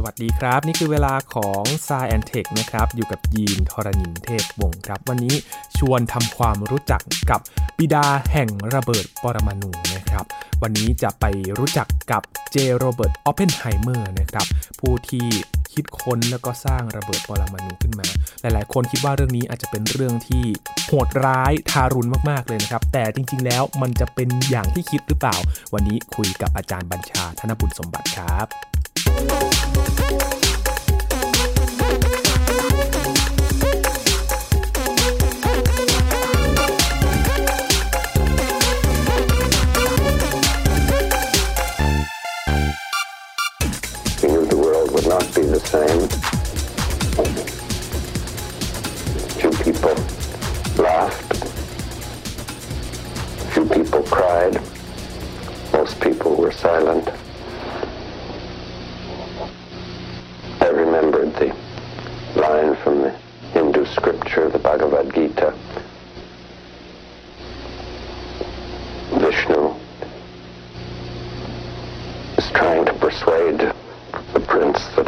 วัสดีครับนี่คือเวลาของ Science and Tech นะครับอยู่กับยีนทรณินเทพวงศ์ครับวันนี้ชวนทำความรู้จักกับบิดาแห่งระเบิดปรมาณูนะครับวันนี้จะไปรู้จักกับเจโรเบิร์ตออปเพนไฮเมอร์นะครับผู้ที่คิดค้นแล้วก็สร้างระเบิดปรมาณูขึ้นมาหลายๆคนคิดว่าเรื่องนี้อาจจะเป็นเรื่องที่โหดร้ายทารุณมากๆเลยนะครับแต่จริงๆแล้วมันจะเป็นอย่างที่คิดหรือเปล่าวันนี้คุยกับอาจารย์บัญชาธนบุญสมบัติครับ He knew the world would not be the same. Few people laughed. Few people cried. Most people were silent. I remembered the line from the Hindu scripture, the Bhagavad Gita. Vishnu is trying to persuade the prince that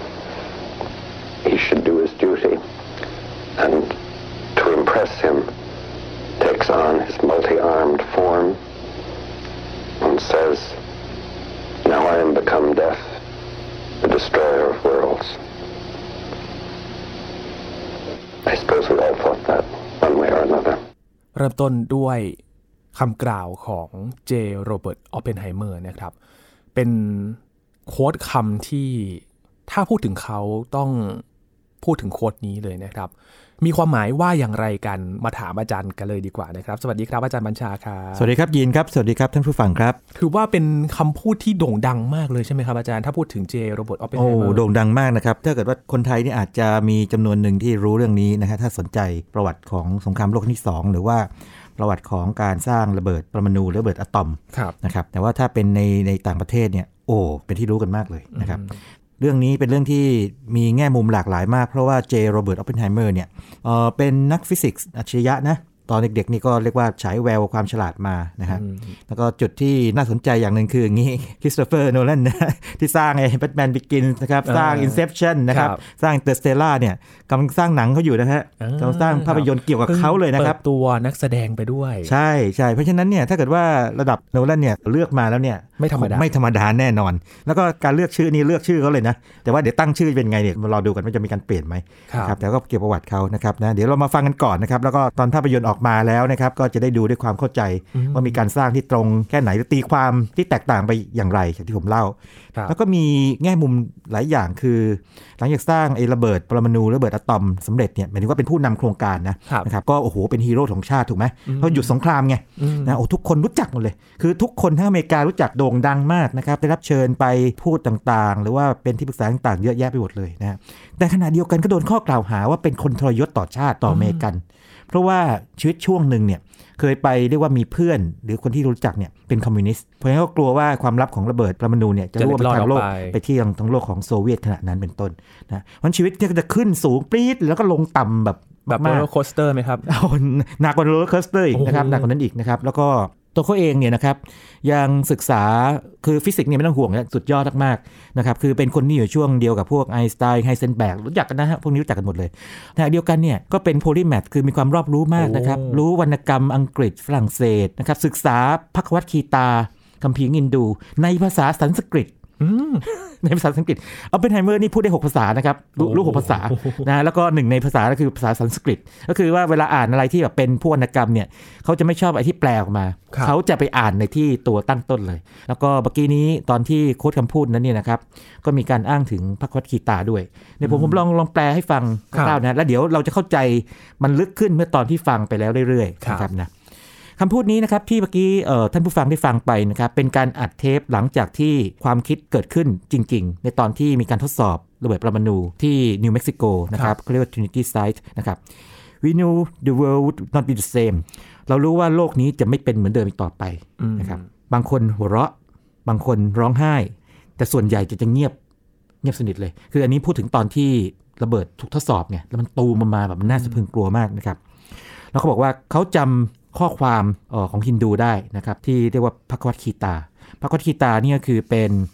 he should do his duty, and to impress him takes on his multi-armed form and says, "Now I am become death, the destroyer of worlds." I suppose we all thought that one way or another. เริ่มต้นด้วยคำกล่าวของเจโรเบิร์ตออปเพนไฮเมอร์นะครับเป็นโค้ดคำที่ถ้าพูดถึงเขาต้องพูดถึงโค้ดนี้เลยนะครับมีความหมายว่าอย่างไรกันมาถามอาจารย์กันเลยดีกว่านะครับสวัสดีครับอาจารย์บัญชาครับสวัสดีครับยีนครับสวัสดีครับท่านผู้ฟังครับถือว่าเป็นคำพูดที่โด่งดังมากเลยใช่ไหมครับอาจารย์ถ้าพูดถึงเจโรเบิร์ตออปเพนไฮเมอร์โด่งดังมากนะครับถ้าเกิดว่าคนไทยนี่อาจจะมีจำนวนหนึ่งที่รู้เรื่องนี้นะฮะถ้าสนใจประวัติของสงครามโลกครั้งที่2หรือว่าประวัติของการสร้างระเบิดปรมาณูหรือระเบิดอะตอมนะครับแต่ว่าถ้าเป็นในต่างประเทศเนี่ยเป็นที่รู้กันมากเลยนะครับเรื่องนี้เป็นเรื่องที่มีแง่มุมหลากหลายมากเพราะว่าเจโรเบิร์ตออปเพนไฮเมอร์เนี่ยเป็นนักฟิสิกส์อัจฉริยะนะตอนเด็กๆนี่ก็เรียกว่าฉายแววความฉลาดมานะครับแล้วก็จุดที่น่าสนใจอย่างหนึ่งคืออย่างนี้คริสโตเฟอร์โนแลนนะที่สร้างไอ้แบทแมนบิกินส์นะครับสร้าง Inception นะครับสร้าง Interstellar เนี่ยกำลังสร้างหนังเขาอยู่นะฮะกำลังสร้างภาพยนตร์เกี่ยวกับเขาเลยนะครับเปิดตัวนักแสดงไปด้วยใช่ใช่เพราะฉะนั้นเนี่ยถ้าเกิดว่าระดับโนแลนเนี่ยเลือกมาแล้วเนี่ยไม่ธรรมดาแน่นอนแล้วก็การเลือกชื่อนี่เลือกชื่อเขาเลยนะแต่ว่าเดี๋ยวตั้งชื่อเป็นไงเนี่ยมารอดูกันว่าจะมีการเปลี่ยนไหมครับแต่ก็เกี่ยวประวัติเขานะครับนะเดี๋ยวเรามาฟังกันก่อนนะครับแล้วก็ตอนภาพยนตร์ออกมาแล้วนะครับก็จะได้ดูด้วยความเข้าใจว่ามีการสร้างที่ตรงแค่ไหนหรือตีความที่แตกต่างไปอย่างไรอย่างที่ผมเล่าแล้วก็มีแง่มุมหลายอย่างคือหลังจากสร้างไอ้ระเบิดปรมาณูระเบิดอะตอมสำเร็จเนี่ยหมายถึงว่าเป็นผู้นำโครงการนะครับก็โอ้โหเป็นฮีโร่ของชาติถูกไหมเพราะหยุดสงครามไงนะทุกคนรู้จักหมดเลยคือทุกคนทั้งอเมริการู้จักโด่งดังมากนะครับได้รับเชิญไปพูดต่างๆหรือว่าเป็นที่ปรึกษาต่างๆเยอะแยะไปหมดเลยนะแต่ขณะเดียวกันก็โดนข้อกล่าวหาว่าเป็นคนทรยศต่อชาติต่ออเมริกันเพราะว่าชีวิตช่วงหนึ่งเนี่ยเคยไปเรียกว่ามีเพื่อนหรือคนที่รู้จักเนี่ยเป็นคอมมิวนิสต์เพราะฉะนั้นก็กลัวว่าความลับของระเบิดปรมาณูเนี่ยจะรั่วไปทางโลกไปที่ทั้งโลกของโซเวียตขณะนั้นเป็นต้นนะวันชีวิตเนี่ยจะขึ้นสูงปรี๊ดแล้วก็ลงต่ำแบบโรลเลอร์โคสเตอร์ไหมครับหนักกว่าโรลเลอร์โคสเตอร์อีกนะครับหนักกว่านั้นอีกนะครับแล้วก็ตัวเขาเองเนี่ยนะครับยังศึกษาคือฟิสิกส์เนี่ยไม่ต้องห่วงสุดยอดมากๆนะครับคือเป็นคนที่อยู่ช่วงเดียวกับพวกไอน์สไตน์ไฮเซนเบิร์กรู้จักกันนะฮะพวกนี้รู้จักกันหมดเลยแต่เดียวกันเนี่ยก็เป็นโพลีแมทคือมีความรอบรู้มากนะครับรู้วรรณกรรมอังกฤษฝรั่งเศสนะครับศึกษาภควคีตาคัมภีร์ฮินดูในภาษาสันสกฤตในภาษาสันสกฤตออปเพนไฮเมอร์นี่พูดได้6ภาษานะครับรู้6ภาษานะแล้วก็1ในภาษาก็คือภาษาสันสกฤตก็คือว่าเวลาอ่านอะไรที่แบบเป็นพวกวรรณกรรมเนี่ยเขาจะไม่ชอบไอ้ที่แปลออกมาเขาจะไปอ่านในที่ตัวตั้งต้นเลยแล้วก็เมื่อกี้นี้ตอนที่โค้ดคำพูดนั้นเนี่ยนะครับก็มีการอ้างถึงภควคีตาด้วยเดี๋ยวผมลองแปลให้ฟังคร่าวๆนะแล้วเดี๋ยวเราจะเข้าใจมันลึกขึ้นเมื่อตอนที่ฟังไปแล้วเรื่อยๆนะครับนะคำพูดนี้นะครับที่เมื่อกี้ท่านผู้ฟังได้ฟังไปนะครับเป็นการอัดเทปหลังจากที่ความคิดเกิดขึ้นจริงๆในตอนที่มีการทดสอบระเบิดปรมาณูที่นิวเม็กซิโกนะครับเขาเรียกว่า Trinity Site นะครับ We knew the world would not be the same เรารู้ว่าโลกนี้จะไม่เป็นเหมือนเดิมอีกต่อไปนะครับบางคนหัวเราะบางคนร้องไห้แต่ส่วนใหญ่จะเงียบสนิทเลยคืออันนี้พูดถึงตอนที่ระเบิดถูกทดสอบไงแล้วมันตูมมาแบบมันน่าสะพรึงกลัวมากนะครับแล้วเขาบอกว่าเขาจำข้อความของฮินดูได้นะครับที่เรียกว่าภควคีตานี่ก็คือเป็น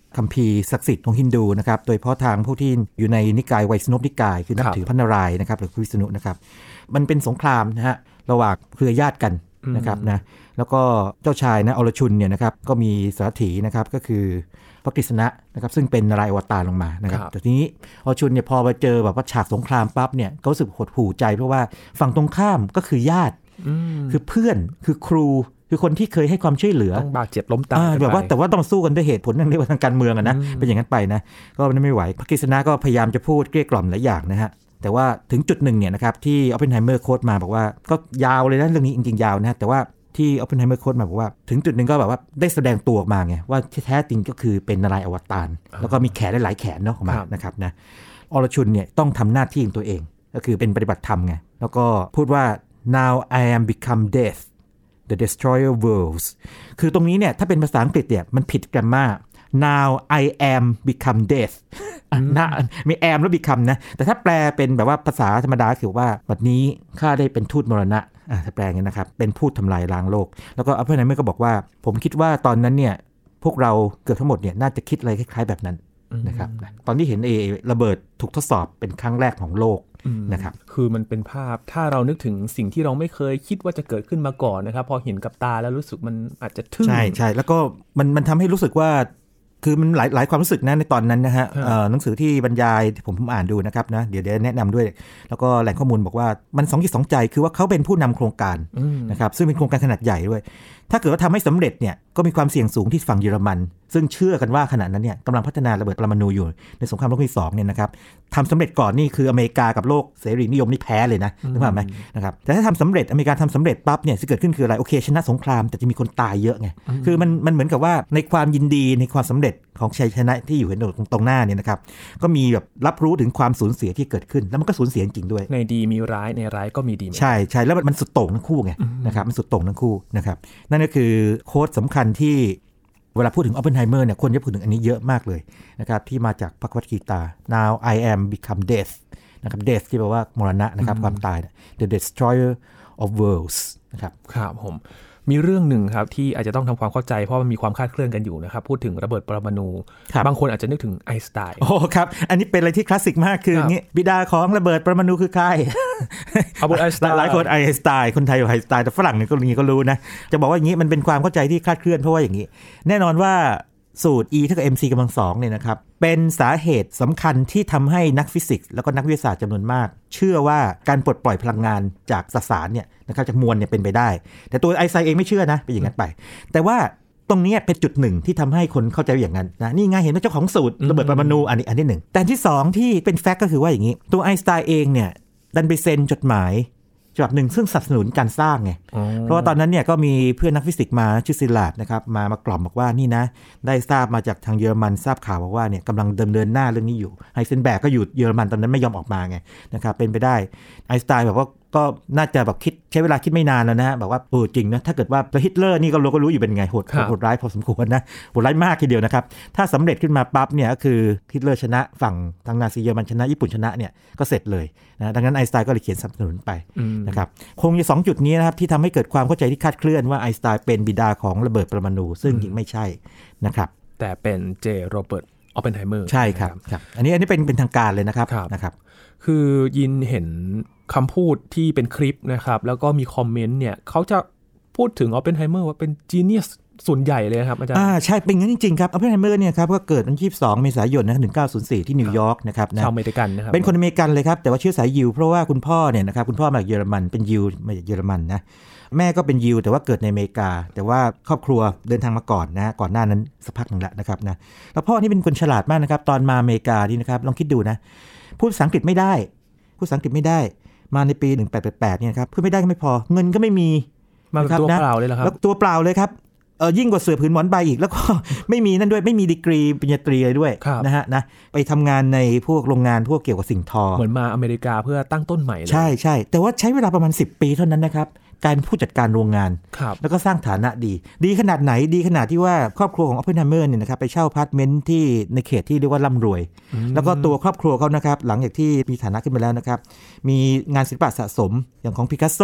คัมภีร์ศักดิ์สิทธิ์ของฮินดูนะครับโดยเฉพาะทางพวกที่อยู่ในนิกายไวสนพนิกายคือนับถือพระนารายณ์นะครับหรือวิษณุนะครับมันเป็นสงครามนะฮะระหว่างเครือญาติกันนะครับนะแล้วก็เจ้าชายนะอรชุนเนี่ยนะครับก็มีสารถีนะครับก็คือพระกฤษณะนะครับซึ่งเป็นนารายณ์อวตารลงมานะครับแต่ทีนี้อรชุนเนี่ยพอไปเจอแบบว่าฉากสงครามปั๊บเนี่ยก็รู้สึกหดหู่ใจเพราะว่าฝั่งตรงข้ามก็คือญาติคือเพื่อนคือครูคือคนที่เคยให้ความช่วยเหลือต้องบาดเจ็บล้มตายแบบว่าแต่ว่าต้องสู้กันด้วยเหตุผลเรื่องทางการเมืองนะเป็นอย่างนั้นไปนะก็ไม่ไหวพระกฤษณะก็พยายามจะพูดเกลี้ยกล่อมหลายอย่างนะฮะแต่ว่าถึงจุดหนึ่งเนี่ยนะครับที่ออปเพนไฮเมอร์โค้ดมาบอกว่าก็ยาวเลยนะเรื่องนี้จริงๆยาวนะแต่ว่าที่ออปเพนไฮเมอร์โค้ดมาบอกว่าถึงจุดหนึ่งก็แบบว่าได้แสดงตัวออกมาไงว่าที่แท้จริงก็คือเป็นนารายณ์อวตารแล้วก็มีแขนหลายแขนเนาะออกมานะครับนะอรชุนเนี่ยต้องทำหน้าที่ของตัวเองก็คือเป็นปฏิบัติธรรมไงแล้วก็พูดว่า now I am become death the destroyer of worlds คือตรงนี้เนี่ยถ้าเป็นภาษาอังกฤษเนี่ยมันผิดแกรมมาnow I am become death มี am แล้ว become นะแต่ถ้าแปลเป็นแบบว่าภาษาธรรมดาคือว่าบัดนี้ข้าได้เป็นทูตมรณะถ้าแปลอย่างนี้นะครับเป็นผู้ทำลายล้างโลกแล้วก็อัลเฟอร์ไนเมอร์ก็บอกว่าผมคิดว่าตอนนั้นเนี่ยพวกเราเกือบทั้งหมดเนี่ยน่าจะคิดอะไรคล้ายๆแบบนั้นนะครับตอนที่เห็นระเบิดถูกทดสอบเป็นครั้งแรกของโลกนะครับคือมันเป็นภาพถ้าเรานึกถึงสิ่งที่เราไม่เคยคิดว่าจะเกิดขึ้นมาก่อนนะครับพอเห็นกับตาแล้วรู้สึกมันอาจจะทึ่งใช่แล้วก็มันทำให้รู้สึกว่าคือมันหลายความรู้สึกนะในตอนนั้นนะฮะหนังสือที่บรรยายผมอ่านดูนะครับนะเดี๋ยวแนะนำด้วยแล้วก็แหล่งข้อมูลบอกว่ามันสองจิตสองใจคือว่าเขาเป็นผู้นำโครงการนะครับซึ่งเป็นโครงการขนาดใหญ่ด้วยถ้าเกิดว่าทำให้สำเร็จเนี่ยก็มีความเสี่ยงสูงที่ฝั่งเยอรมันซึ่งเชื่อกันว่าขณะนั้นเนี่ยกำลังพัฒนาระเบิดปรมาณูอยู่ในสงครามโลกที่2เนี่ยนะครับทำสำเร็จก่อนนี่คืออเมริกากับโลกเสรีนิยมนี่แพ้เลยนะนึกภาพไหมนะครับแต่ถ้าทำสำเร็จอเมริกาทำสำเร็จปั๊บเนี่ยจะเกิดขึ้นคืออะไรโอเคชนะสงครามแต่จะมีคนตายเยอะไงคือมันเหมือนกับว่าในความยินดีในความสำเร็จของชัยชนะที่อยู่เห็นตรงหน้าเนี่ยนะครับก็มีแบบรับรู้ถึงความสูญเสียที่เกิดขึ้นแล้วมันก็สูญเสียจริงด้วยในดีมีร้ายในร้ายก็มีดีใช่แล้วมันสุดโต่งทั้งคู่ไงนะครับมันสุดโต่งทั้งคู่นะครับนั่นก็คือโค้ดสำคัญที่เวลาพูดถึงออปเพนไฮเมอร์เนี่ยคนจะพูดถึงอันนี้เยอะมากเลยนะครับที่มาจากพระคัมภีร์ now I am become death นะครับ death ที่แปลว่ามรณะนะครับความตาย the destroyer of worlds นะครับครับผมมีเรื่องหนึ่งครับที่อาจจะต้องทำความเข้าใจเพราะมันมีความคลาดเคลื่อนกันอยู่นะครับพูดถึงระเบิดปรมาณูบางคนอาจจะนึกถึงไอน์สไตน์โอ้ครับอันนี้เป็นอะไรที่คลาสสิกมากคืออย่างนี้บิดาของระเบิดปรมาณูคือใครหลายคนไอน์สไตน์คนไทยไอน์สไตน์แต่ฝรั่งเนี่ยก็รู้นะจะบอกว่าอย่างนี้มันเป็นความเข้าใจที่คลาดเคลื่อนเพราะว่าอย่างนี้แน่นอนว่าสูตร E เท่ากับ mc กำลังสองเนี่ยนะครับเป็นสาเหตุสำคัญที่ทำให้นักฟิสิกส์แล้วก็นักวิทยาศาสตร์จำนวนมากเชื่อว่าการปลดปล่อยพลังงานจากสสารเนี่ยนะครับจากมวลเนี่ยเป็นไปได้แต่ตัวไอน์สไตน์เองไม่เชื่อนะเป็นอย่างนั้นไปแต่ว่าตรงนี้เป็นจุดหนึ่งที่ทำให้คนเข้าใจอย่างนั้นนะนี่ไงเห็นว่าเจ้าของสูตรระเบิดปรมาณูอันที่หนึ่งแต่ที่สองที่เป็นแฟกต์ก็คือว่าอย่างนี้ตัวไอน์สไตน์เองเนี่ยดันไปเซ็นจดหมายฉบับหนึ่งซึ่งสนับสนุนการสร้างไงเพราะว่าตอนนั้นเนี่ยก็มีเพื่อนนักฟิสิกส์มาชื่อซิลาร์ดนะครับมากล่อมบอกว่านี่นะได้ทราบมาจากทางเยอรมันทราบข่าวบอกว่าเนี่ยกำลังเดินหน้าเรื่องนี้อยู่ไฮเซนแบร์กก็อยู่เยอรมันตอนนั้นไม่ยอมออกมาไงนะครับเป็นไปได้ไอน์สไตน์แบบว่าก็น่าจะแบบคิดใช้เวลาคิดไม่นานแล้วนะแบบว่าจริงนะถ้าเกิดว่าฮิตเลอร์นี่ก็รู้อยู่เป็นไงโหดร้ายพอสมควรนะโหดร้ายมากทีเดียวนะครับถ้าสำเร็จขึ้นมาปั๊บเนี่ยก็คือฮิตเลอร์ชนะฝั่งทางนาซีเยอรมันชนะญี่ปุ่นชนะเนี่ยก็เสร็จเลยนะดังนั้นไอน์สไตน์ก็เลยเขียนสนับสนุนไปนะครับคงจะ2จุดนี้นะครับที่ทำให้เกิดความเข้าใจที่คลาดเคลื่อนว่าไอน์สไตน์เป็นบิดาของระเบิดปรมาณูซึ่งจริงไม่ใช่นะครับแต่เป็นเจโรเบิร์ตออปเพนไฮเมอร์ใช่ครับอันนี้เป็นทางการเลยนะครับคือยินเห็นคำพูดที่เป็นคลิปนะครับแล้วก็มีคอมเมนต์เนี่ยเขาจะพูดถึงออปเพนไฮเมอร์ว่าเป็นจีเนียสส่วนใหญ่เลยครับอาจารย์ใช่เป็นงั้นจริงๆครับออปเพนไฮเมอร์เนี่ยครับก็เกิดวันที่22เมษายน1904ที่นิวยอร์กนะครับชาวอเมริกันนะครับเป็นคนอเมริกันเลยครับแต่ว่าเชื้อสายยิวเพราะว่าคุณพ่อเนี่ยนะครับคุณพ่อมาจากเยอรมันเป็นยิวมาจากเยอรมันนะแม่ก็เป็นยิวแต่ว่าเกิดในอเมริกาแต่ว่าครอบครัวเดินทางมาก่อนนะก่อนหน้านั้นสักพักนึงแล้วนะครับนะแล้วพ่อนี่เป็นคนฉลาดมากนะครับตอนมาอเมริกานี่นะครับลองคิดดูนะพูดภาษาอังกฤษไม่ได้มาในปี1888เนี่ยครับพูดไม่ได้ก็ไม่พอเงินก็ไม่มีมาตัวเปล่าเลยเหรอครับแล้วตัวเปล่าเลยครับยิ่งกว่าเสือผืนหมอนใบอีกแล้วก็ไม่มีนั่นด้วยไม่มีดีกรีปริญญาตรีอะไรด้วยนะไปทำงานในพวกโรงงานพวกเกี่ยวกับสิ่งทอเหมือนมาอเมริกาเพื่อตั้งต้นใหม่เลยใช่แต่ว่าใช้เวลาประมาณ10ปีเท่านั้นนะครับกลายเป็นผู้จัดการโรงงานแล้วก็สร้างฐานะดีขนาดไหนดีขนาดที่ว่าครอบครัวของออปเพนไฮเมอร์เนี่ยนะครับไปเช่าอพาร์ตเมนต์ที่ในเขตที่เรียกว่าร่ำรวยแล้วก็ตัวครอบครัวเขานะครับหลังจากที่มีฐานะขึ้นมาแล้วนะครับมีงานศิลปะสะสมอย่างของปิกัสโซ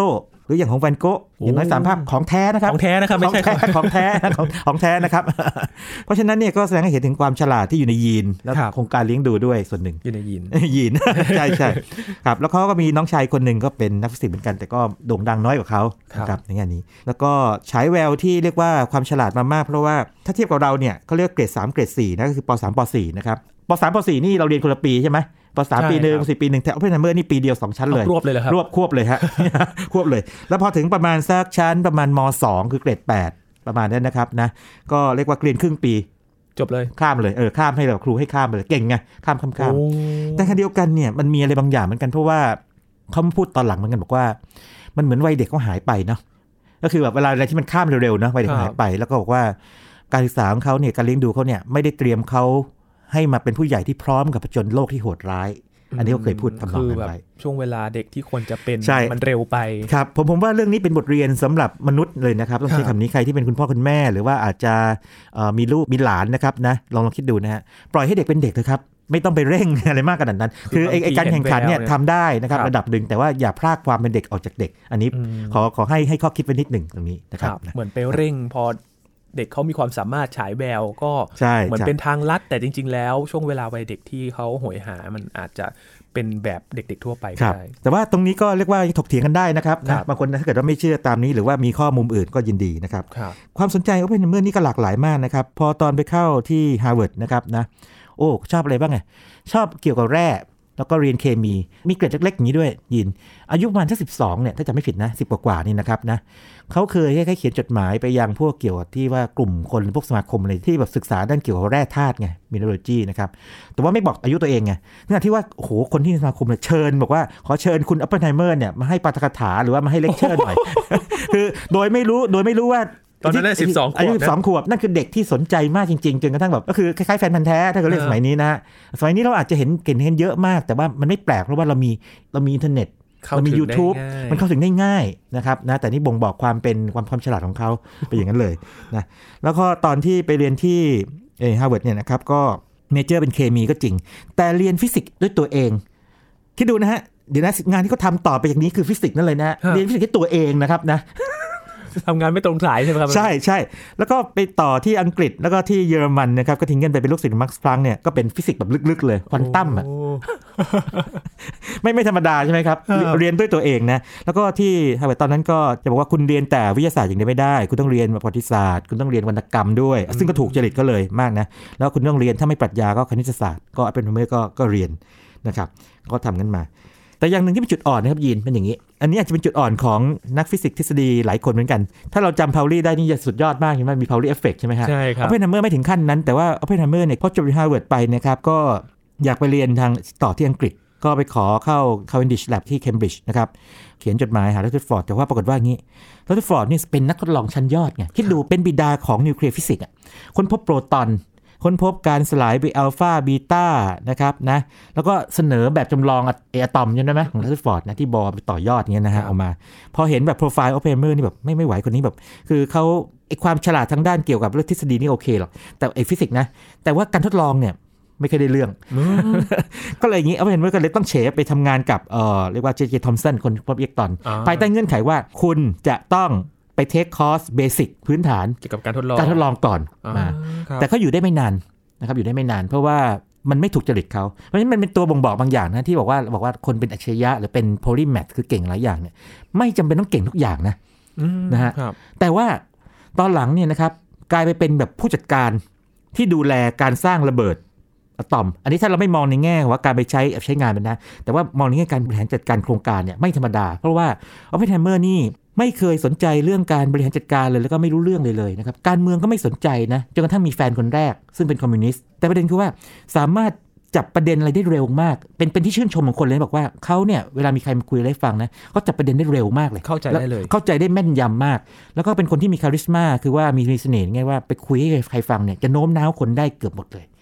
หรืออย่างของแวนโก๊ะอย่างน้อย3ภาพของแท้นะครับของแท้นะครับไม่ใช่ของแท้ของแท้นะครับเพราะฉะนั้นเนี่ยก็แสดงให้เห็นถึงความฉลาดที่อยู่ในยีนแล้วโครงการเลี้ยงดูด้วยส่วนหนึ่งอยู่ในยีน ใช่ครับแล้วเขาก็มีน้องชายคนหนึ่งก็เป็นนักฟิสิกส์เหมือนกันแต่ก็โด่งดังน้อยกว่าเขาครับในแง่นี้แล้วก็ฉายแววที่เรียกว่าความฉลาดมามากเพราะว่าถ้าเทียบกับเราเนี่ยเขาเรียกเกรด3เกรด4นะก็คือป3ป4นะครับป3ป4นี่เราเรียนคนละปีใช่ไหมป3ปี1 4ปี1แต่ออปเพนไฮเมอร์นี่ปีเดียว2ชั้นเลยรวบเลยเหรอครับควบเลยฮะ ควบเลยแล้วพอถึงประมาณสักชั้นประมาณม2คือเกรด8ประมาณนั้นนะครับนะก็เรียกว่าเรียนครึ่งปีจบเลยข้ามเลยข้ามให้เราครูให้ข้ามเลยเก่งไงข้ามแต่ขณะเดียวกันเนี่ยมันมีอะไรบางอย่างเหมือนกันเพราะว่าเขาพูดตอนหลังเหมือนกันบอกว่ามันเหมือนวัยเด็กเขาหายไปเนาะก็คือแบบเวลาอะไรที่มันข้ามเร็วๆนะวัยเด็กหายไปแล้วก็บอกว่าการศึกษาของเขาเนี่ยการเลี้ยงดูเขาเนี่ยไม่ได้เตรียมเขาให้มาเป็นผู้ใหญ่ที่พร้อมกับผจญโลกที่โหดร้ายอันนี้ก็เคยพูดทำนองนั้นไปช่วงเวลาเด็กที่ควรจะเป็นมันเร็วไปครับผมว่าเรื่องนี้เป็นบทเรียนสำหรับมนุษย์เลยนะครับต้องใช้คำนี้ใครที่เป็นคุณพ่อคุณแม่หรือว่าอาจจะมีลูกมีหลานนะครับนะลองคิดดูนะฮะปล่อยให้เด็กเป็นเด็กเถอะครับไม่ต้องไปเร่งอะไรมากขนาดนั้นคือไอ้การแข่งขันเนี่ยทำได้นะครับระดับหนึ่งแต่ว่าอย่าพรากความเป็นเด็กออกจากเด็กอันนี้ขอให้ข้อคิดไว้นิดหนึ่งตรงนี้นะครับเหมือนไปเร่งพอเด็กเขามีความสามารถฉายแววก็เหมือนเป็นทางลัดแต่จริงๆแล้วช่วงเวลาวัยเด็กที่เขาโหยหามันอาจจะเป็นแบบเด็กๆทั่วไปได้แต่ว่าตรงนี้ก็เรียกว่าถกเถียงกันได้นะครับบางคนถ้าเกิดว่าไม่เชื่อตามนี้หรือว่ามีข้อมุมอื่นก็ยินดีนะครับความสนใจโอเพนไฮเมอร์นี่ก็หลากหลายมากนะครับพอตอนไปเข้าที่ฮาร์วาร์ดนะครับนะโอ้ชอบอะไรบ้างไงชอบเกี่ยวกับแร่แล้วก็เรียนเคมีเกรดเล็กๆอย่างนี้ด้วยยินอายุประมาณสัก12เนี่ยถ้าจำไม่ผิดนะ10กว่านี่นะครับนะเขาเคยให้เขียนจดหมายไปยังพวกเกี่ยวกับที่ว่ากลุ่มคนพวกสมาคมอะไรที่แบบศึกษาด้านเกี่ยวกับแร่ธาตุไงมิเนอโลจีนะครับแต่ว่าไม่บอกอายุตัวเองไงขณะที่ว่าโอ้โหคนที่สมาคมเนี่ยเชิญบอกว่าขอเชิญคุณออปเพนไฮเมอร์เนี่ยมาให้ปาฐกถาหรือว่ามาให้เลคเชอร์หน่อย คือโดยไม่รู้ว่าตอนนั้นได้12 อายุ12 ขวบนั่นคือเด็กที่สนใจมากจริงๆจนกระทั่งแบบก็คือคล้ายๆแฟนพันธุ์แท้ถ้าเกิดเรียกสมัยนี้นะสมัยนี้เราอาจจะเห็นเยอะมากแต่ว่ามันไม่แปลกเพราะว่าเรามีอินเทอร์เน็ตเรามี YouTube มันเข้าถึงได้ง่ายนะครับนะแต่นี่บ่งบอกความฉลาดของเขาเป็นอย่างนั้นเลยนะแล้วก็ตอนที่ไปเรียนที่ฮาร์วาร์ดเนี่ยนะครับก็เมเจอร์เป็นเคมีก็จริงแต่เรียนฟิสิกส์ด้วยตัวเองคิดดูนะฮะเดี๋ยวนะงานที่เขาทำต่อไปอย่างนี้คือฟิสิกส์นั่นเลยนะเรียนฟิสิกส์ด้วยตัวเองนะครับนะทำงานไม่ตรงสายใช่ไหมครับใช่แล้วก็ไปต่อที่อังกฤษแล้วก็ที่เยอรมันนะครับก็ทิ้งกันไปเป็นลูกศิษย์มักซ์พลังก์เนี่ยก็เป็นฟิสิกส์แบบลึกๆเลยควอนตัมอ่ะไม่ธรรมดาใช่ไหมครับเรียนด้วยตัวเองนะแล้วก็ที่ฮาร์วาร์ดตอนนั้นก็จะบอกว่าคุณเรียนแต่วิทยาศาสตร์อย่างเดียวไม่ได้คุณต้องเรียนประวัติศาสตร์คุณต้องเรียนวรรณกรรมด้วยซึ่งก็ถูกจริตก็เลยมากนะแล้วคุณต้องเรียนถ้าไม่ปรัชญาก็คณิตศาสตร์ก็เป็นเมื่อก็เรียนนะครับก็ทำกันมาแต่อย่างหนึ่งที่เป็นจุดอ่อนนะครับยีนเป็นอย่างนี้อันนี้อาจจะเป็นจุดอ่อนของนักฟิสิกส์ทฤษฎีหลายคนเหมือนกันถ้าเราจำพาวลีได้นี่จะสุดยอดมากใช่ไหมมีพาวลีเอฟเฟกต์ใช่ไหมครับใช่ครับออปเพนไฮเมอร์ไม่ถึงขั้นนั้นแต่ว่าออปเพนไฮเมอร์เนี่ยพอจบฮาร์วาร์ดไปนะครับก็อยากไปเรียนทางต่อที่อังกฤษก็ไปขอเข้า Cavendish Lab ที่ Cambridge นะครับเขียนจดหมายหารัตเทอร์ฟอร์ดแต่ว่าปรากฏว่างี้รัตเทอร์ฟอร์ดนี่เป็นนักทดลองชั้นยอดไงคิดดูเป็นบิดาของนิวเคลียร์ฟิสิกส์ค้นพบโปรตอนค้นพบการสลายไปอัลฟาบีตานะครับนะแล้วก็เสนอแบบจำลองอะตอมใช่ไหมของรัตเทอร์ฟอร์ดนะที่บอไปต่อยอดเงี้ยนะฮะออกมาพอเห็นแบบโปรไฟล์ออปเพนไฮเมอร์นี่แบบไม่ไหวคนนี้แบบคือเขาความฉลาดทางด้านเกี่ยวกับเรื่องทฤษฎีนี่โอเคหรอกแต่ฟิสิกส์นะแต่ว่าการทดลองเนี่ยไม่เคยได้เรื่อง ก็เลยอย่างนี้เอาเป็นว่าก็เลยต้องเฉไปทำงานกับเรียกว่าเจทอมสันคนพบอิเล็กตรอนภายใต้เงื่อนไขว่าคุณจะต้องไปเทคคอร์สเบสิกพื้นฐานเกี่ยวกับการทดลองก่อนมาแต่เขาอยู่ได้ไม่นานนะครับอยู่ได้ไม่นานเพราะว่ามันไม่ถูกจริตเขาเพราะฉะนั้นมันเป็นตัวบ่งบอกบางอย่างนะที่บอกว่าคนเป็นอัจฉริยะหรือเป็นโพลีแมทคือเก่งหลายอย่างเนี่ยไม่จำเป็นต้องเก่งทุกอย่างนะฮะแต่ว่าตอนหลังเนี่ยนะครับกลายไปเป็นแบบผู้จัดการที่ดูแลการสร้างระเบิดอะตอมอันนี้ถ้าเราไม่มองในแง่ว่าการไปใช้งานมันนะแต่ว่ามองในแง่การบริหารจัดการโครงการเนี่ยไม่ธรรมดาเพราะว่าออปเพนไฮเมอร์นี่ไม่เคยสนใจเรื่องการบริหารจัดการเลยแล้วก็ไม่รู้เรื่องเลยนะครับการเมืองก็ไม่สนใจนะจนกระทั่งมีแฟนคนแรกซึ่งเป็นคอมมิวนิสต์แต่ประเด็นคือว่าสามารถจับประเด็นอะไรได้เร็วมากเป็นที่ชื่นชมของคนเลยบอกว่าเขาเนี่ยเวลามีใครมาคุยอะไรฟังนะเขาจับประเด็นได้เร็วมากเลยเข้าใจได้แม่นยำมากแล้วก็เป็นคนที่มีคาริสมาคือว่ามีเสน่ห์ไงว่าไปคุยให้ใครฟังเนี่ยจะโน้มน้าวคนได้เกือบหมดเลย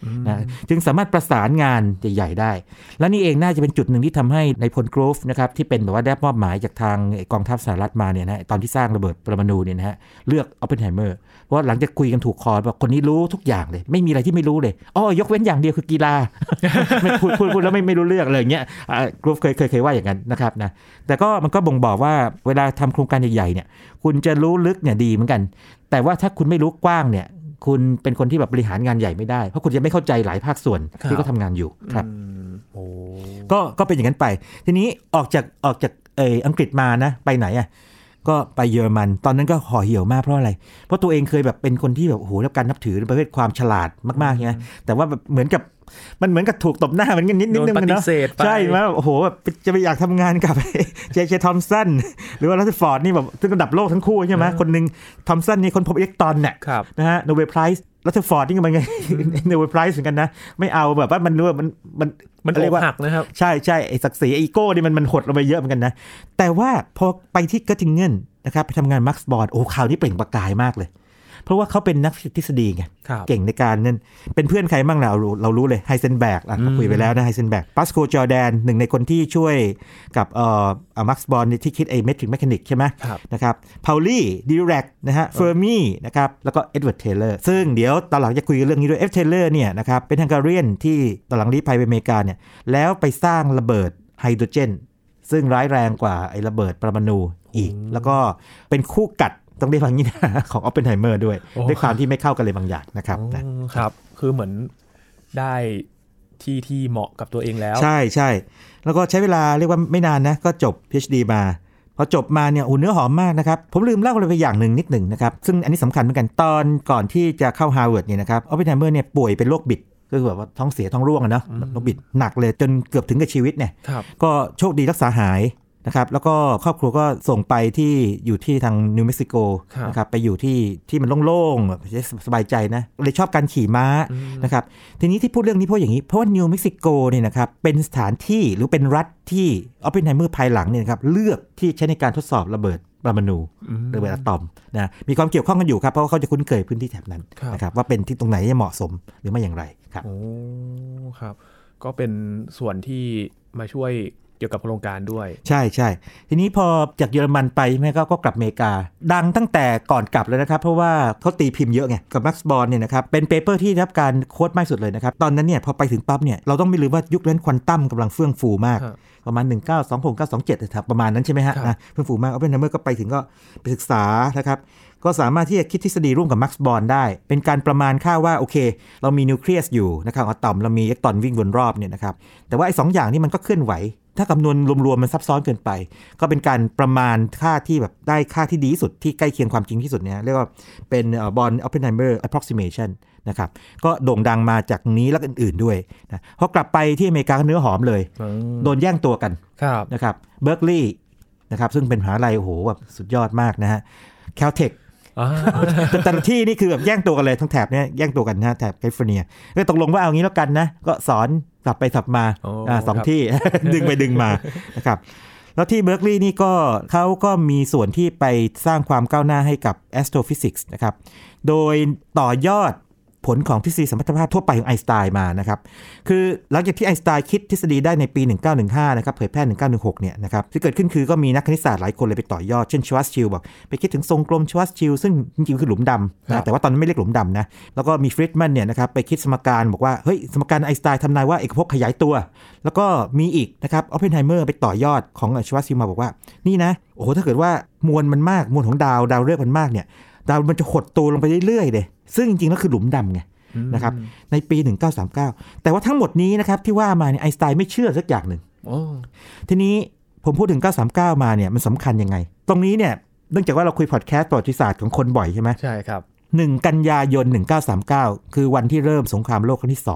นะจึงสามารถประสานงานใหญ่ๆได้และนี่เองน่าจะเป็นจุดหนึ่งที่ทำให้ในพลโกรฟนะครับที่เป็นแบบว่าได้มอบหมายจากทางกองทัพสหรัฐมาเนี่ยนะตอนที่สร้างระเบิดปรมาณูเนี่ยนะฮะเลือกออปเพนไฮเมอร์เพราะหลังจากคุยกันถูกคอบอกคนนี้รู้ทุกอย่างเลยไม่มีอะไรที่ไม่รู้เลยยกเว้นอย่างเดียวคือกีฬา พูดแล้วไม่รู้เรื่องอะไรอย่างเงี้ยกรูฟเคยว่าอย่างนั้นนะครับนะแต่ก็มันก็บ่งบอกว่าเวลาทำโครงการใหญ่ๆเนี่ยคุณจะรู้ลึกเนี่ยดีเหมือนกันแต่ว่าถ้าคุณไม่รู้กว้างเนี่ยคุณเป็นคนที่แบบบริหารงานใหญ่ไม่ได้เพราะคุณจะไม่เข้าใจหลายภาคส่วนที่เขาทำงานอยู่ครับก็เป็นอย่างนั้นไปทีนี้ออกจากอังกฤษมานะไปไหนอ่ะก็ไปเยอรมันตอนนั้นก็ห่อเหี่ยวมากเพราะอะไรเพราะตัวเองเคยแบบเป็นคนที่แบบโอ้โหรับการนับถือประเภทความฉลาดมากๆใช่ไหมแต่ว่าแบบเหมือนกับถูกตบหน้ามันนิดนึงนะใช่ไหมโอ้โหแบบจะไปอยากทำงานกับเจทอมสันหรือว่ารัตฟอร์ดนี่แบบซึ่งระดับโลกทั้งคู่ใช่ไหมคนนึงทอมสันนี่คนพบอิเล็กตรอนเนี่ยนะฮะโนเบลไพรส์รัตฟอร์ดนี่ก็มันไงโนเบลไพรส์เหมือนกันนะไม่เอาแบบว่ามันรู้ว่ามันเรียกว่าหักนะครับใช่ไอ้ศักดิ์ศรีอีโก้นี่มันหดลงไปเยอะเหมือนกันนะแต่ว่าพอไปที่เกอร์ติงเกนนะครับไปทำงานมาร์คส์บอร์นข่าวนี้เปล่งประกายมากเลยเพราะว่าเขาเป็นนักทฤษฎีไงเก่งในการนั่นเป็นเพื่อนใครบ้างเรารู้เลยไฮเซนแบร์กคุยไปแล้วนะไฮเซนแบร์กปาสโคจอร์แดนหนึ่งในคนที่ช่วยกับมาร์คส์บอร์นที่คิดไอ้เมทริกแมคานิกใช่ไหมนะครับพาวลี่ดิแรกนะฮะเฟอร์มี่นะครับแล้วก็เอ็ดเวิร์ดเทเลอร์ซึ่งเดี๋ยวตอนหลังจะคุยเรื่องนี้ด้วยเทเลอร์เนี่ยนะครับเป็นฮังการีนที่ตอนหลังลี้ภัยไปอเมริกาเนี่ยแล้วไปสร้างระเบิดไฮโดรเจนซึ่งร้ายแรงกว่าไอ้ระเบิดปรมาณูอีกแล้วก็เป็นคู่กัดต้องได้ฟังนี้นะของออปเพนไฮเมอร์ด้วยความที่ไม่เข้ากันเลยบางอย่างนะครับครับคือเหมือนได้ที่เหมาะกับตัวเองแล้วใช่แล้วก็ใช้เวลาเรียกว่าไม่นานนะก็จบ PhD มาพอจบมาเนี่ยเนื้อหอมมากนะครับผมลืมเล่าอะไรไปอย่างหนึ่งนิดหนึ่งนะครับซึ่งอันนี้สำคัญเหมือนกันตอนก่อนที่จะเข้าฮาร์วาร์ดเนี่ยนะครับออปเพนไฮเมอร์เนี่ยป่วยเป็นโรคบิดก็คือแบบว่าท้องเสียท้องร่วงอะเนาะโรคบิดหนักเลยจนเกือบถึงกับชีวิตเนี่ยก็โชคดีรักษาหายนะครับแล้วก็ครอบครัวก็ส่งไปที่อยู่ที่ทางนิวเม็กซิโกนะครับไปอยู่ที่มันโล่งๆแบบสบายใจนะเลยชอบการขี่ม้านะครับทีนี้ที่พูดเรื่องนี้เพราะอย่างนี้เพราะว่านิวเม็กซิโกเนี่ยนะครับเป็นสถานที่หรือเป็นรัฐที่ออปเพนไฮเมอร์ภายหลังเนี่ยนะครับเลือกที่ใช้ในการทดสอบระเบิดปรมาณูระเบิดอะตอมนะมีความเกี่ยวข้องกันอยู่ครับเพราะว่าเขาจะคุ้นเคยพื้นที่แถบนั้นนะครับว่าเป็นที่ตรงไหนที่เหมาะสมหรือไม่อย่างไรครับครับก็เป็นส่วนที่มาช่วยเกี่ยวกับโครงการด้วยใช่ทีนี้พอจากเยอรมันไปแม่ก็กลับอเมริกาดังตั้งแต่ก่อนกลับเลยนะครับเพราะว่าเขาตีพิมพ์เยอะไงกับมาร์คส์บอร์นเนี่ยนะครับเป็นเปเปอร์ที่ได้รับการโค้ดมากสุดเลยนะครับตอนนั้นเนี่ยพอไปถึงปั๊บเนี่ยเราต้องไม่ลืมว่ายุคนั้นควอนตัมกำลังเฟื่องฟูมากประมาณ1926 1927นะครับประมาณนั้นใช่ไหมฮะนะเฟื่องฟูมากออปเพนไฮเมอร์ก็ไปถึงก็ไปศึกษานะครับก็สามารถที่จะคิดทฤษฎีร่วมกับมาร์คส์บอร์นได้เป็นการประมาณค่าว่าโอเคเรามีนิวเคลียสอยู่นะครับอะตอมเรามีอิเล็กตรอนวิ่งวนรอบเนี่ยนะครับแต่ว่าไอ้2อย่างนี้มันก็เคลื่อนไหวถ้าคำนวณรวมๆมันซับซ้อนเกินไปก็เป็นการประมาณค่าที่แบบได้ค่าที่ดีที่สุดที่ใกล้เคียงความจริงที่สุดเนี่ยเรียกว่าเป็นบอร์นออปเพนไฮเมอร์ approximation นะครับก็โด่งดังมาจากนี้และอื่นๆด้วยนะพอกลับไปที่อเมริกาก็เนื้อหอมเลยโดนแย่งตัวกันนะครับเบิร์กลีย์นะครับซึ่งเป็นมหาวิทยาลัยโอ้โหแบบสุดยอดมากนะฮะแคลเทคแต่ละที่นี่คือแบบแย่งตัวกันเลยทั้งแถบนี้แย่งตัวกันนะแถบแคลิฟอร์เนียก็ตกลงว่าเอางี้แล้วกันนะก็สอนสับไปสับมา2ที่ ดึงไปดึงมานะครับแล้วที่เบิร์กลีย์นี่ก็เขาก็มีส่วนที่ไปสร้างความก้าวหน้าให้กับ astrophysics นะครับโดยต่อยอดผลของทฤษฎีสัมพัทธภาพทั่วไปของไอน์สไตน์มานะครับคือหลังจากที่ไอน์สไตน์คิดทฤษฎีได้ในปี 1915 นะครับเผยแพร่1916 เนี่ยนะครับที่เกิดขึ้นคือก็มีนักคณิตศาสตร์หลายคนเลยไปต่อยอดเช่นชวัสชิลบอกไปคิดถึงทรงกลมชวัสชิลซึ่งจริงๆคือหลุมดำนะแต่ว่าตอนนั้นไม่เรียกหลุมดำนะแล้วก็มีฟริดแมนเนี่ยนะครับไปคิดสมการบอกว่าเฮ้ยสมการไอน์สไตน์ทำนายว่าเอกภพขยายตัวแล้วก็มีอีกนะครับออปเพนไฮเมอร์ไปต่อยอดของชวัสชิลมาบอกว่านี่นะโอ้โหถ้าเกิดว่ามวลมันมากมวลของดาวฤกษ์มันมากเนี่ยดาวมันจะหดตัวลงไปเรื่อยๆเลยซึ่งจริงๆแล้วคือหลุมดำไงนะครับในปี 1939 แต่ว่าทั้งหมดนี้นะครับที่ว่ามาเนี่ยไอน์สไตน์ไม่เชื่อสักอย่างหนึ่งทีนี้ผมพูดถึง 1939 มาเนี่ยมันสำคัญยังไงตรงนี้เนี่ยเนื่องจากว่าเราคุยพอดแคสต์ประวัติศาสตร์ของคนบ่อยใช่ไหมใช่ครับ 1 กันยายน 1939 คือวันที่เริ่มสงครามโลกครั้งที่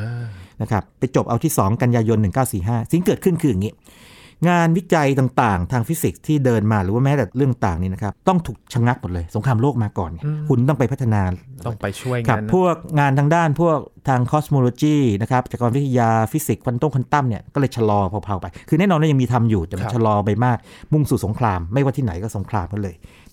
2นะครับไปจบเอาที่2 กันยายน 1945สิ่งเกิดขึ้นคืออย่างนี้งานวิจัยต่างๆทางฟิสิกส์ที่เดินมาหรือว่าแม้แต่เรื่องต่างนี่นะครับต้องถูกชะงักหมดเลยสงครามโลกมาก่อนคุณต้องไปพัฒนาต้องไปช่วยงานพวกงานทางด้านพวกทางคอสโมโลจีนะครับจักรวาลวิทยาฟิสิกส์ควอนตัมเนี่ยก็เลยชะลอเผาๆไปคือแน่นอนว่ายังมีทำอยู่แต่มันชะลอไปมากมุ่งสู่สงครามไม่ว่าที่ไหนก็สงครามกันเลย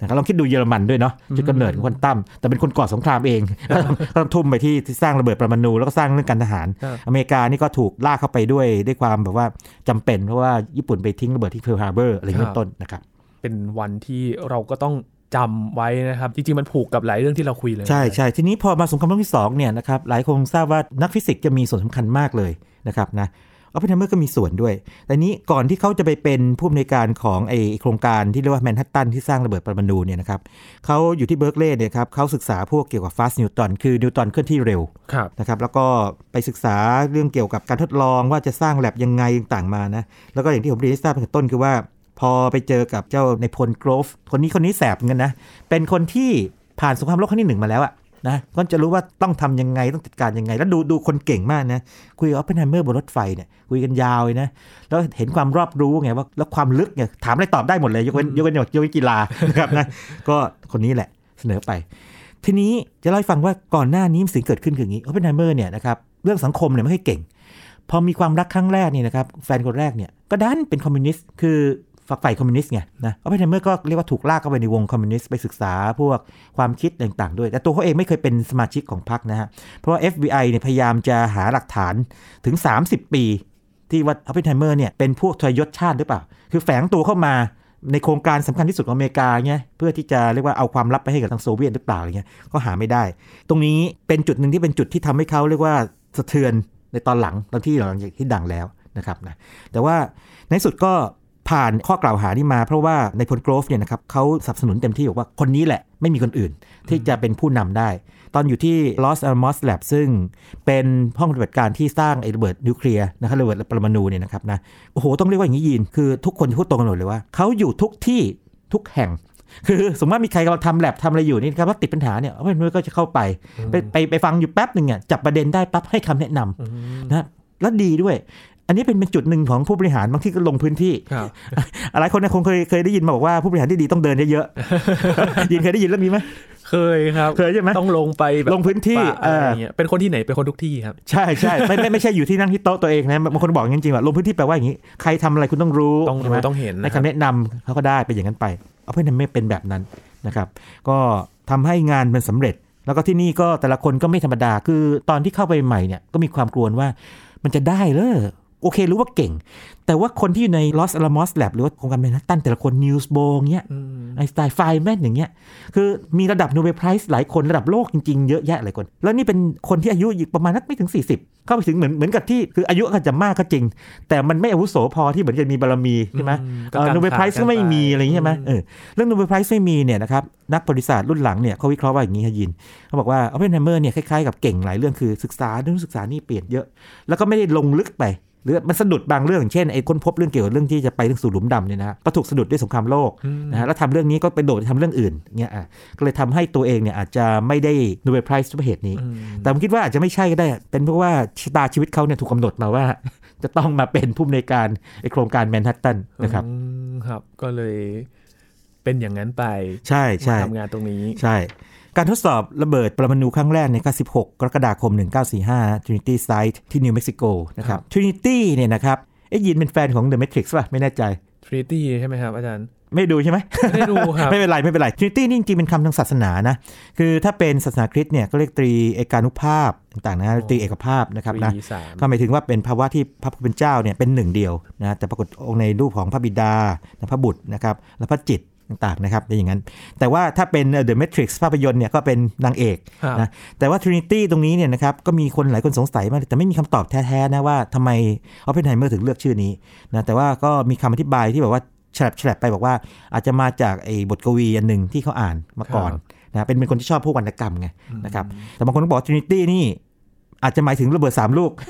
นะครับลองคิดดูเยอรมันด้วยเนาะจุดกำเนิดของควอนตัมแต่เป็นคนก่อสงครามเองก็ต้องทุ่มไปที่สร้างระเบิดปรมาณูแล้วก็สร้างเรื่องการทหารอเมริกานี่ก็ถูกลากเข้าไปด้วยความแบบว่าจำเป็นเพราะว่าญี่ปุ่นไปทิ้งระเบิดที่เพิร์ลฮาร์เบอร์อะไรเป็นต้นนะครับเป็นวันที่เราก็ต้องจำไว้นะครับจริงๆมันผูกกับหลายเรื่องที่เราคุยเลยใช่ใช่ทีนี้พอมาสงครามโลกที่2เนี่ยนะครับหลายคนทราบว่านักฟิสิกส์จะมีส่วนสำคัญมากเลยนะครับนะออปเพนไฮเมอร์ก็มีส่วนด้วยแต่นี้ก่อนที่เขาจะไปเป็นผู้อำนวยการของไอโครงการที่เรียกว่าแมนฮัตตันที่สร้างระเบิดปรมาณูเนี่ยนะครับเขาอยู่ที่เบิร์กลีย์เนี่ยครับเขาศึกษาพวกเกี่ยวกับฟาสต์นิวตันคือนิวตันเคลื่อนที่เร็วนะครับแล้วก็ไปศึกษาเรื่องเกี่ยวกับการทดลองว่าจะสร้างแลบยังไงต่างๆมานะแล้วก็อย่างที่ผมเรียนให้ทราบตั้งแต่ต้นคือว่าพอไปเจอกับเจ้าในพลโกรฟคนนี้แสบเหมือนกันนะเป็นคนที่ผ่านสงครามโลกครั้งที่1มาแล้วอะนะก็จะรู้ว่าต้องทำยังไงต้องจัดการยังไงแล้วดูคนเก่งมากนะคุยกับออปเพนไฮเมอร์บนรถไฟเนี่ยคุยกันยาวเลยนะแล้วเห็นความรอบรู้ไงว่าแล้วความลึกเนี่ยถามอะไรตอบได้หมดเลยยกเว้นกีฬานะครับนะก็คนนี้แหละเสนอไปทีนี้จะเล่าให้ฟังว่าก่อนหน้านี้สิ่งเกิดขึ้นคืออย่างนี้ออปเพนไฮเมอร์เนี่ยนะครับเรื่องสังคมเนี่ยไม่ค่อยเก่งพอมีความรักครั้งแรกนี่นะครับแฟนคนแรกเนี่ยก็ดันเป็นคอมมิวนิสต์คือฝักใฝ่คอมมิวนิสต์ไงนะออปเพนไฮเมอร์ก็เรียกว่าถูกลากเข้าไปในวงคอมมิวนิสต์ไปศึกษาพวกความคิดต่างๆด้วยแต่ตัวเขาเองไม่เคยเป็นสมาชิกของพรรคนะฮะเพราะว่า FBI เนี่ยพยายามจะหาหลักฐานถึง30ปีที่ว่าออปเพนไฮเมอร์เนี่ยเป็นพวกทรยศชาติหรือเปล่าคือแฝงตัวเข้ามาในโครงการสำคัญที่สุดของอเมริกาเงี้ยเพื่อที่จะเรียกว่าเอาความลับไปให้กับทางโซเวียตหรือเปล่าอะไรเงี้ยก็หาไม่ได้ตรงนี้เป็นจุดนึงที่เป็นจุดที่ทำให้เขาเรียกว่าสะเทือนในตอนหลังที่ดังแล้วนะครับนะแต่ว่าในสุดก็ผ่านข้อกล่าวหานี้มาเพราะว่าในพลโกรฟเนี่ยนะครับเขาสนับสนุนเต็มที่บอกว่าคนนี้แหละไม่มีคนอื่นที่จะเป็นผู้นำได้ตอนอยู่ที่ Los Alamos Lab ซึ่งเป็นห้องปฏิบัติการที่สร้างไอ้ระเบิดนิวเคลียร์นะครับระเบิดปรมาณูเนี่ยนะครับนะโอ้โหต้องเรียกว่าอย่างนี้ยินคือทุกคนพูดตรงกันหมดเลยว่าเขาอยู่ทุกที่ทุกแห่งคือสมมติว่ามีใครกำลังทำแลบทำอะไรอยู่นี่ครับว่าติดปัญหาเนี่ยไม่ก็จะเข้าไปฟังอยู่แป๊บนึงเนี่ยจับประเด็นได้ปั๊บให้คำแนะนำนะแล้วดีด้วยอันนี้เป็นจุดหนึ่งของผู้บริหารบางที่ก็ลงพื้นที่หลายคนคงเคยได้ยินมาบอกว่าผู้บริหารที่ดีต้องเดินเยอะๆยินเคยได้ยินเรื่องนี้ไหมเคยครับเคยใช่ไหมต้องลงไปแบบลงพื้นที่เป็นคนที่ไหนเป็นคนทุกที่ครับใช่ใช่ไม่ใช่อยู่ที่นั่งที่โต๊ะตัวเองนะบางคนบอกจริงๆว่าลงพื้นที่แปลว่าอย่างนี้ใครทำอะไรคุณต้องรู้ต้องเห็นในคำแนะนำเขาก็ได้เป็นอย่างนั้นไปเอาเพื่อนไม่เป็นแบบนั้นนะครับก็ทำให้งานมันสำเร็จแล้วก็ที่นี่ก็แต่ละคนก็ไม่ธรรมดาคือตอนที่เข้าไปใหม่เนี่ยก็มีความกลัวว่ามันจะได้เลยโอเครู้ว่าเก่งแต่ว่าคนที่อยู่ใน Los Alamos Lab หรือว่าโครงการแมนฮัตตันแต่ละคนนิวส์โบเงี้ยไอน์สไตน์ไฟแมนอย่างเงี้ยคือมีระดับโนเบลไพรส์หลายคนระดับโลกจริงๆเยอะแยะหลายคนแล้วนี่เป็นคนที่อายุประมาณนักไม่ถึง40เข้าไปถึงเหมือนกับที่คืออายุอาจจะมากก็จริงแต่มันไม่อาวุโสพอที่เหมือนจะมีบารมีใช่ไหมโนเบลไพรส์ก็ไม่มีอะไรอย่างเงี้ยใช่ไหมเรื่องโนเบลไพรส์ไม่มีเนี่ยนะครับนักประวัติศาสตร์รุ่นหลังเนี่ยเขาวิเคราะห์ว่าอย่างนี้ฮะยินเขาบอกว่าออปเพนไฮเมอร์เนี่ยคล้ายๆกับเก่งหลายเรื่องคือศึกษาเรื่องศึกษานี่เปลี่ยนเยอะแล้วก็ไม่ได้ลงลึกไปหรือมันสะดุดบางเรื่องเช่นไอ้ค้นพบเรื่องเกี่ยวกับเรื่องที่จะไปถึงสู่หลุมดำเนี่ยนะก็ถูกสะดุดด้วยสงครามโลกนะฮะแล้วทำเรื่องนี้ก็ไปโดดทำเรื่องอื่นเงี้ยก็เลยทำให้ตัวเองเนี่ยอาจจะไม่ได้โนเบลไพรส์เพราะเหตุนี้แต่ผมคิดว่าอาจจะไม่ใช่ก็ได้เป็นเพราะว่าชะตาชีวิตเขาเนี่ยถูกกำหนดมาว่าจะต้องมาเป็นผู้อำนวยการไอ้โครงการแมนฮัตตันนะครับครับก็เลยเป็นอย่างนั้นไปใช่ใช่ทำงานตรงนี้ใช่การทดสอบระเบิดปรมาณูครั้งแรกเนี่ยก็16 กรกฎาคม 1945 Trinity Site ที่นิวเม็กซิโกนะครับ Trinity เนี่ยนะครับยินเป็นแฟนของ The Matrix ป่ะไม่แน่ใจ Trinity ใช่ไหมครับอาจารย์ไม่ดูใช่ไหมไม่ดูครับไม่เป็นไร Trinity นี่จริงๆเป็นคำทางศาสนานะคือถ้าเป็นศาสนาคริสต์เนี่ยก็เรียกตรีเอกานุภาพต่างๆนะตรีเอกภาพนะครับนะก็หมายถึงว่าเป็นภาวะที่พระผู้เป็นเจ้าเนี่ยเป็นหนึ่งเดียวนะแต่ปรากฏองค์ในรูปของพระบิดาพระบุตรนะครับและพระจิตต่างๆนะครับอย่างนั้นแต่ว่าถ้าเป็น The Matrix ภาพยนตร์เนี่ยก็เป็นนางเอกนะแต่ว่า Trinity ตรงนี้เนี่ยนะครับก็มีคนหลายคนสงสัยมากแต่ไม่มีคำตอบแท้ๆนะว่าทำไมออปเพนไฮเมอร์ถึงเลือกชื่อนี้นะแต่ว่าก็มีคำอธิบายที่แบบว่าแฉลบไปบอกว่าอาจจะมาจากไอ้บทกวีอันนึงที่เขาอ่านมาก่อนนะเป็นคนที่ชอบพวกวรรณกรรมไงนะครับแต่บางคนก็บอก Trinity นี่อาจจะหมายถึงระเบิด3ลูก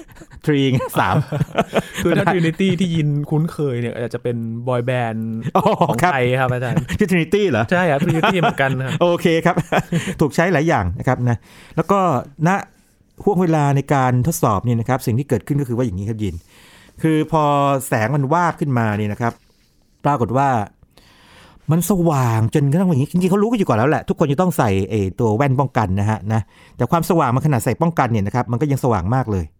3 คือถ้า Trinity ที่ยินคุ้นเคยเนี่ยอาจจะเป็นบอยแบนด์ของไทยครับอาจารย์ที่ Trinity เหรอใช่ครับ Trinity เหมือนกันครับโอเคครับถูกใช้หลายอย่างนะครับนะแล้วก็ณห่วงเวลาในการทดสอบเนี่ยนะครับสิ่งที่เกิดขึ้นก็คือว่าอย่างนี้ครับยินคือพอแสงมันวาบขึ้นมาเนี่ยนะครับปรากฏว่ามันสว่างจนกระทั่งอย่างนี้จริงๆเขารู้กันอยู่ก่อนแล้วแหละทุกคนจะต้องใส่ตัวแว่นป้องกันนะฮะนะแต่ความสว่างมันขนาดใส่ป้องกันเนี่ยนะครับมันก็ยังสว่างมากเลย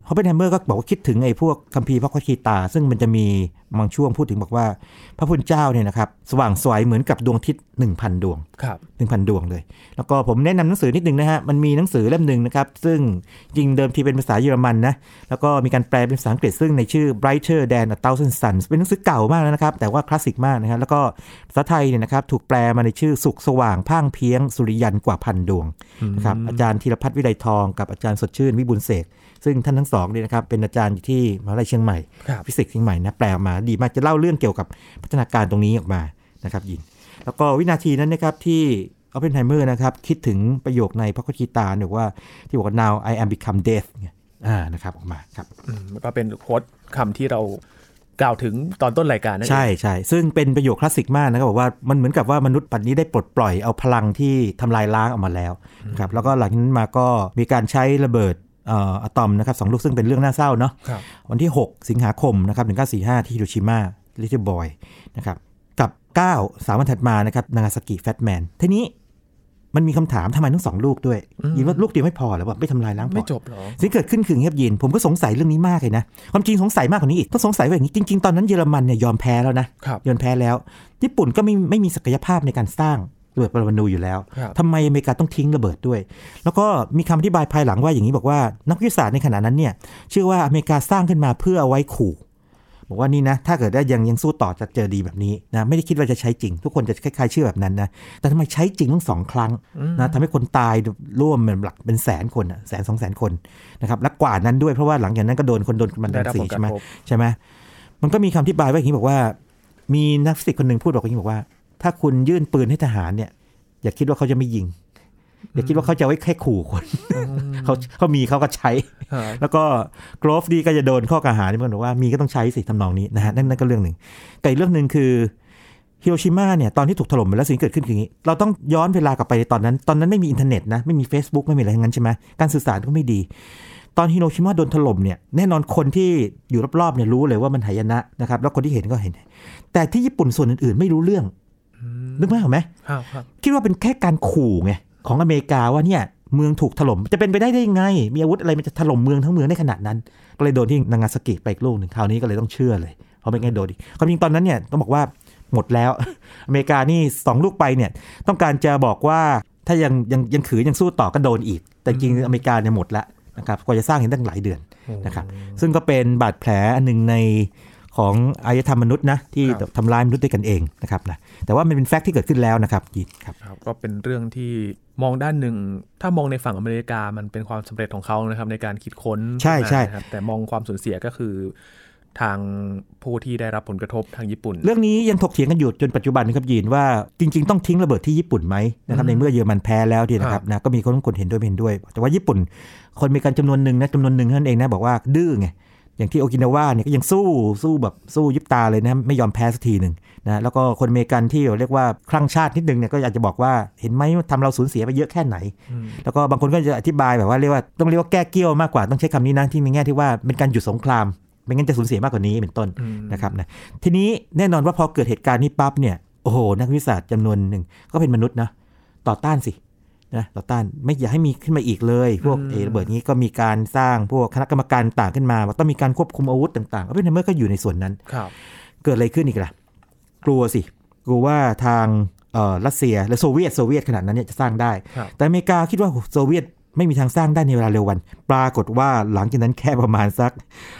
ฮอปเพนไฮเมอร์ก็บอกว่าคิดถึงไอ้พวกคัมภีร์พระคัมภีร์ตาซึ่งมันจะมีบางช่วงพูดถึงบอกว่าพระพุทธเจ้าเนี่ยนะครับสว่างไสวเหมือนกับดวงอาทิตย์ 1,000 ดวงครับ 1,000 ดวงเลยแล้วก็ผมแนะนำหนังสือนิดนึงนะฮะมันมีหนังสือเล่มนึงนะครับซึ่งจริงเดิมทีเป็นภาษาเยอรมันนะแล้วก็มีการแปลเป็นภาษาอังกฤษซึ่งในชื่อ Brighter Than a Thousand Suns เป็นหนังสือเก่ามากแล้วนะครับแต่ว่าคลาสสิกมากนะครับแล้วก็ภาษาไทยเนี่ยนะครับถูกแปลมาในชื่อสุขสว่างพ่างเพียงสุริยันกว่าพันดวงนะครับอาจารย์ธีรพัฒน์วิไลทองกับอาจารย์สดชื่นวิบูลย์เสกซึ่งท่านทั้งสองเนี่ยนะครับเป็นอาจารย์อยู่ที่มหาวิทยาลัยเชียงใหม่ฟิสิกส์เชียงใหม่นะแปลมาดีมากจะเล่าเรื่องเกี่ยวกับพัฒนาการตรงนี้ออกมานะครับยินแล้วก็วินาทีนั้นนะครับที่ออปเพนไฮเมอร์นะครับคิดถึงประโยคในพระคัมภีร์ตาเนี่ยว่าที่บอกว่า now I am become death นะครับออกมาครับก็เป็นโค้ดคำที่เรากล่าวถึงตอนต้นรายการนั่นเองใช่ซึ่งเป็นประโยคคลาสสิกมากนะครับบอกว่ามันเหมือนกับว่ามนุษย์ปัจจุบันนี้ได้ปลดปล่อยเอาพลังที่ทำลายล้างออกมาแล้วนะครับแล้วก็หลังจากนั้นมาก็มีการใช้ระเบิดอะตอมนะครับ2 ลูกซึ่งเป็นเรื่องน่าเศร้าเนาะวันที่6สิงหาคมนะครับ1945ที่ฮิโรชิมาลิตเติ้ลบอยนะครับกับ9 3 วันถัดมานะครับนางาซากิแฟตแมนทีนี้มันมีคำถามทำไมทั้ง2 ลูกด้วยยินว่าลูกเดียวไม่พอหรือว่าไม่ทำลายล้างไม่จบหรอสิ่งเกิดขึ้นคือเงียบยินผมก็สงสัยเรื่องนี้มากเลยนะความจริงสงสัยมากกว่านี้อีกต้องสงสัยว่าอย่างนี้จริงๆตอนนั้นเยอรมันเนี่ยยอมแพ้แล้วนะยอมแพ้แล้วญี่ปุ่นก็ไม่มีศักยภาพในการสร้างระเบิดปรมาณูอยู่แล้วทำไมอเมริกาต้องทิ้งระเบิดด้วยแล้วก็มีคำอธิบายภายหลังว่าอย่างนี้บอกว่านักวิทยาศาสตร์ในขณะนั้นเนี่ยเชื่อว่าอเมริกาสร้างขึ้นมาเพื่อเอาไว้ขู่บอกว่านี่นะถ้าเกิดได้ยังสู้ต่อจะเจอดีแบบนี้นะไม่ได้คิดว่าจะใช้จริงทุกคนจะคล้ายๆเชื่อแบบนั้นนะแต่ทำไมใช้จริงทั้ง2 ครั้งนะทำให้คนตายร่วมเป็นแสนคน100,000-200,000 คนนะครับและกว่านั้นด้วยเพราะว่าหลังจากนั้นก็โดนมันดันสีใช่ไหมมันก็มีคำอธิบายว่าอย่างนี้บอกว่ามีนักฟิสิกส์คนหนึ่งพูดบอกอย่างนี้บอกว่าถ้าคุณยื่นปืนให้ทหารเนี่ยอย่าคิดว่าเขาจะไม่ยิงอย่าคิดว่าเขาจะไว้แค่ขู่คนเขามีเขาก็ใช้แล้วก็โกลฟดีก็จะโดนข้อกล่าวหาที่มันบอกว่ามีก็ต้องใช้สิทำนองนี้นะฮะนั่นก็เรื่องหนึ่งแต่อีกเรื่องนึงคือฮิโรชิมาเนี่ยตอนที่ถูกถล่มไปแล้วสิ่งเกิดขึ้นคืออย่างนี้เราต้องย้อนเวลากลับไปตอนนั้นไม่มีอินเทอร์เน็ตนะไม่มี Facebook ไม่มีอะไรทั้งนั้นใช่ไหมการสื่อสารก็ไม่ดีตอนฮิโรชิมาโดนถล่มเนี่ยแน่นอนคนที่อยู่รอบๆเนี่ยรู้เลยว่ามันหายนะนะครับแล้วคนที่เห็นก็เห็นแต่ที่ญี่ปุ่นส่วนอื่นๆไม่รู้เรื่องนึกไหมคิดว่าเป็นแค่การขู่ไงของอเมริกาว่าเนี่ยเมืองถูกถล่มจะเป็นไปได้ยังไงมีอาวุธอะไรมันจะถล่มเมืองทั้งเมืองได้ขนาดนั้นก็เลยโดนที่นางาซากิไปอีกลูกนึงคราวนี้ก็เลยต้องเชื่อเลยเพราะไม่งั้นโดนอีกความจริงตอนนั้นเนี่ยต้องบอกว่าหมดแล้วอเมริกานี่2 ลูกไปเนี่ยต้องการจะบอกว่าถ้ายังขืนยังสู้ต่อก็โดนอีกแต่จริงอเมริกาเนี่ยหมดแล้วนะครับกว่าจะสร้างเห็นตั้งหลายเดือนนะครับซึ่งก็เป็นบาดแผลอันนึงในของอารยธรรมมนุษย์นะที่ทำลายมนุษย์ด้วยกันเองนะครับนะแต่ว่ามันเป็นแฟกต์ที่เกิดขึ้นแล้วนะครับครับก็เป็นเรื่องที่มองด้านหนึ่งถ้ามองในฝั่งอเมริกามันเป็นความสำเร็จของเขานะครับในการคิดค้นใช่ครับแต่มองความสูญเสียก็คือทางผู้ที่ได้รับผลกระทบทางญี่ปุ่นเรื่องนี้ยังถกเถียงกันอยู่จนปัจจุบันนะครับยินว่าจริงๆต้องทิ้งระเบิดที่ญี่ปุ่นไหมนะครับในเมื่อเยอรมันแพ้แล้วทีนะครับนะก็มีคนเห็นด้วยไม่เห็นด้วยแต่ว่าญี่ปุ่นคนมีการจำนวนหนึ่งนั่นเองนะบอกว่าดื้อไงอย่างที่โอกินาวาเนี่ยก็ยังสู้ยิบตาเลยนะไม่ยอมแพ้สักทีนึงนะแล้วก็คนอเมริกันที่เรียกว่าคลั่งชาตินิดนึงเนี่ยก็อยากจะบอกว่าเห็นไหมทำเราสูญเสียไปเยอะแค่ไหนแล้วก็บางคนก็จะอธิบายแบบว่าเรียกว่าแก้เกี้ยวมากกว่าต้องใช้คำนี้นะที่ในแง่ที่ว่าเป็นการหยุดสงครามไม่งั้นจะสูญเสียมากกว่านี้เป็นต้นนะครับนะทีนี้แน่นอนว่าพอเกิดเหตุการณ์นี้ปั๊บเนี่ยโอ้โหนักวิทยาศาสตร์จำนวนหนึ่งก็เป็นมนุษย์นะต่อต้านสินะต่อต้านไม่อยากให้มีขึ้นมาอีกเลยพวกระเบิดนี้ก็มีการสร้างพวกคณะกรรมการต่างขึ้นมาว่าต้องมีการควบคุมอาวุธต่างๆเมื่อก็อยู่ในส่วนนั้นเกิดอะไรขึ้นอีกล่ะกลัวว่าทางรัสเซียและโซเวียตขนาดนั้นเนี่ยจะสร้างได้แต่อเมริกาคิดว่าโซเวียตไม่มีทางสร้างได้ในเวลาเร็ววันปรากฏว่าหลังจากนั้นแค่ประมาณสัก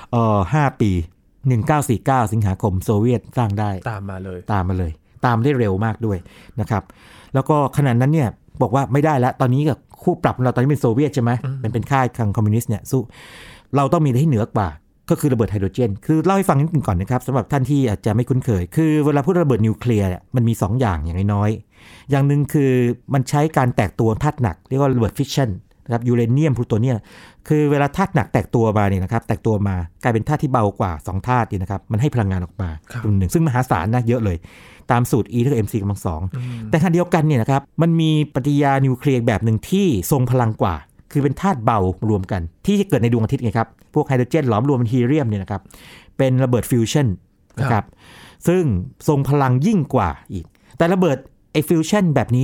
5 ปี1949สิงหาคมโซเวียตสร้างได้ตามมาเลยตามได้เร็วมากด้วยนะครับแล้วก็ขณะนั้นเนี่ยบอกว่าไม่ได้แล้วตอนนี้กับคู่ปรับเราตอนนี้เป็นโซเวียตใช่ไหมเป็นค่ายทางคอมมิวนิสต์เนี่ยสู้เราต้องมีอะไรที่เหนือกว่าก็คือระเบิดไฮโดรเจนคือเล่าให้ฟังนิดนึงก่อนนะครับสำหรับท่านที่อาจจะไม่คุ้นเคยคือเวลาพูดระเบิดนิวเคลียร์เนี่ยมันมี2 อย่างอย่างน้อยๆอย่างนึงคือมันใช้การแตกตัวธาตุหนักเรียกว่าระเบิดฟิชชันนะครับยูเรเนียมพลูโตเนียมคือเวลาธาตุหนักแตกตัวมาเนี่ยนะครับแตกตัวมากลายเป็นธาตุที่เบากว่า2 ธาตุนี่นะครับมันให้พลังงานออกมาตัวหนึ่งซึ่งมหาศาลนะเยอะเลยตามสูตร E เท่ากับ mc กำลัง 2แต่ขณะเดียวกันเนี่ยนะครับมันมีปฏิกิริยานิวเคลียร์แบบหนึ่งที่ทรงพลังกว่าคือเป็นธาตุเบารวมกันที่จะเกิดในดวงอาทิตย์ไงครับพวกไฮโดรเจนหลอมรวมเป็นฮีเลียมเนี่ยนะครับเป็นระเบิดฟิวชั่นนะครับซึ่งทรงพลังยิ่งกว่าอีกแต่ระเบิดไอฟิวชั่นแบบนี้เนี่ย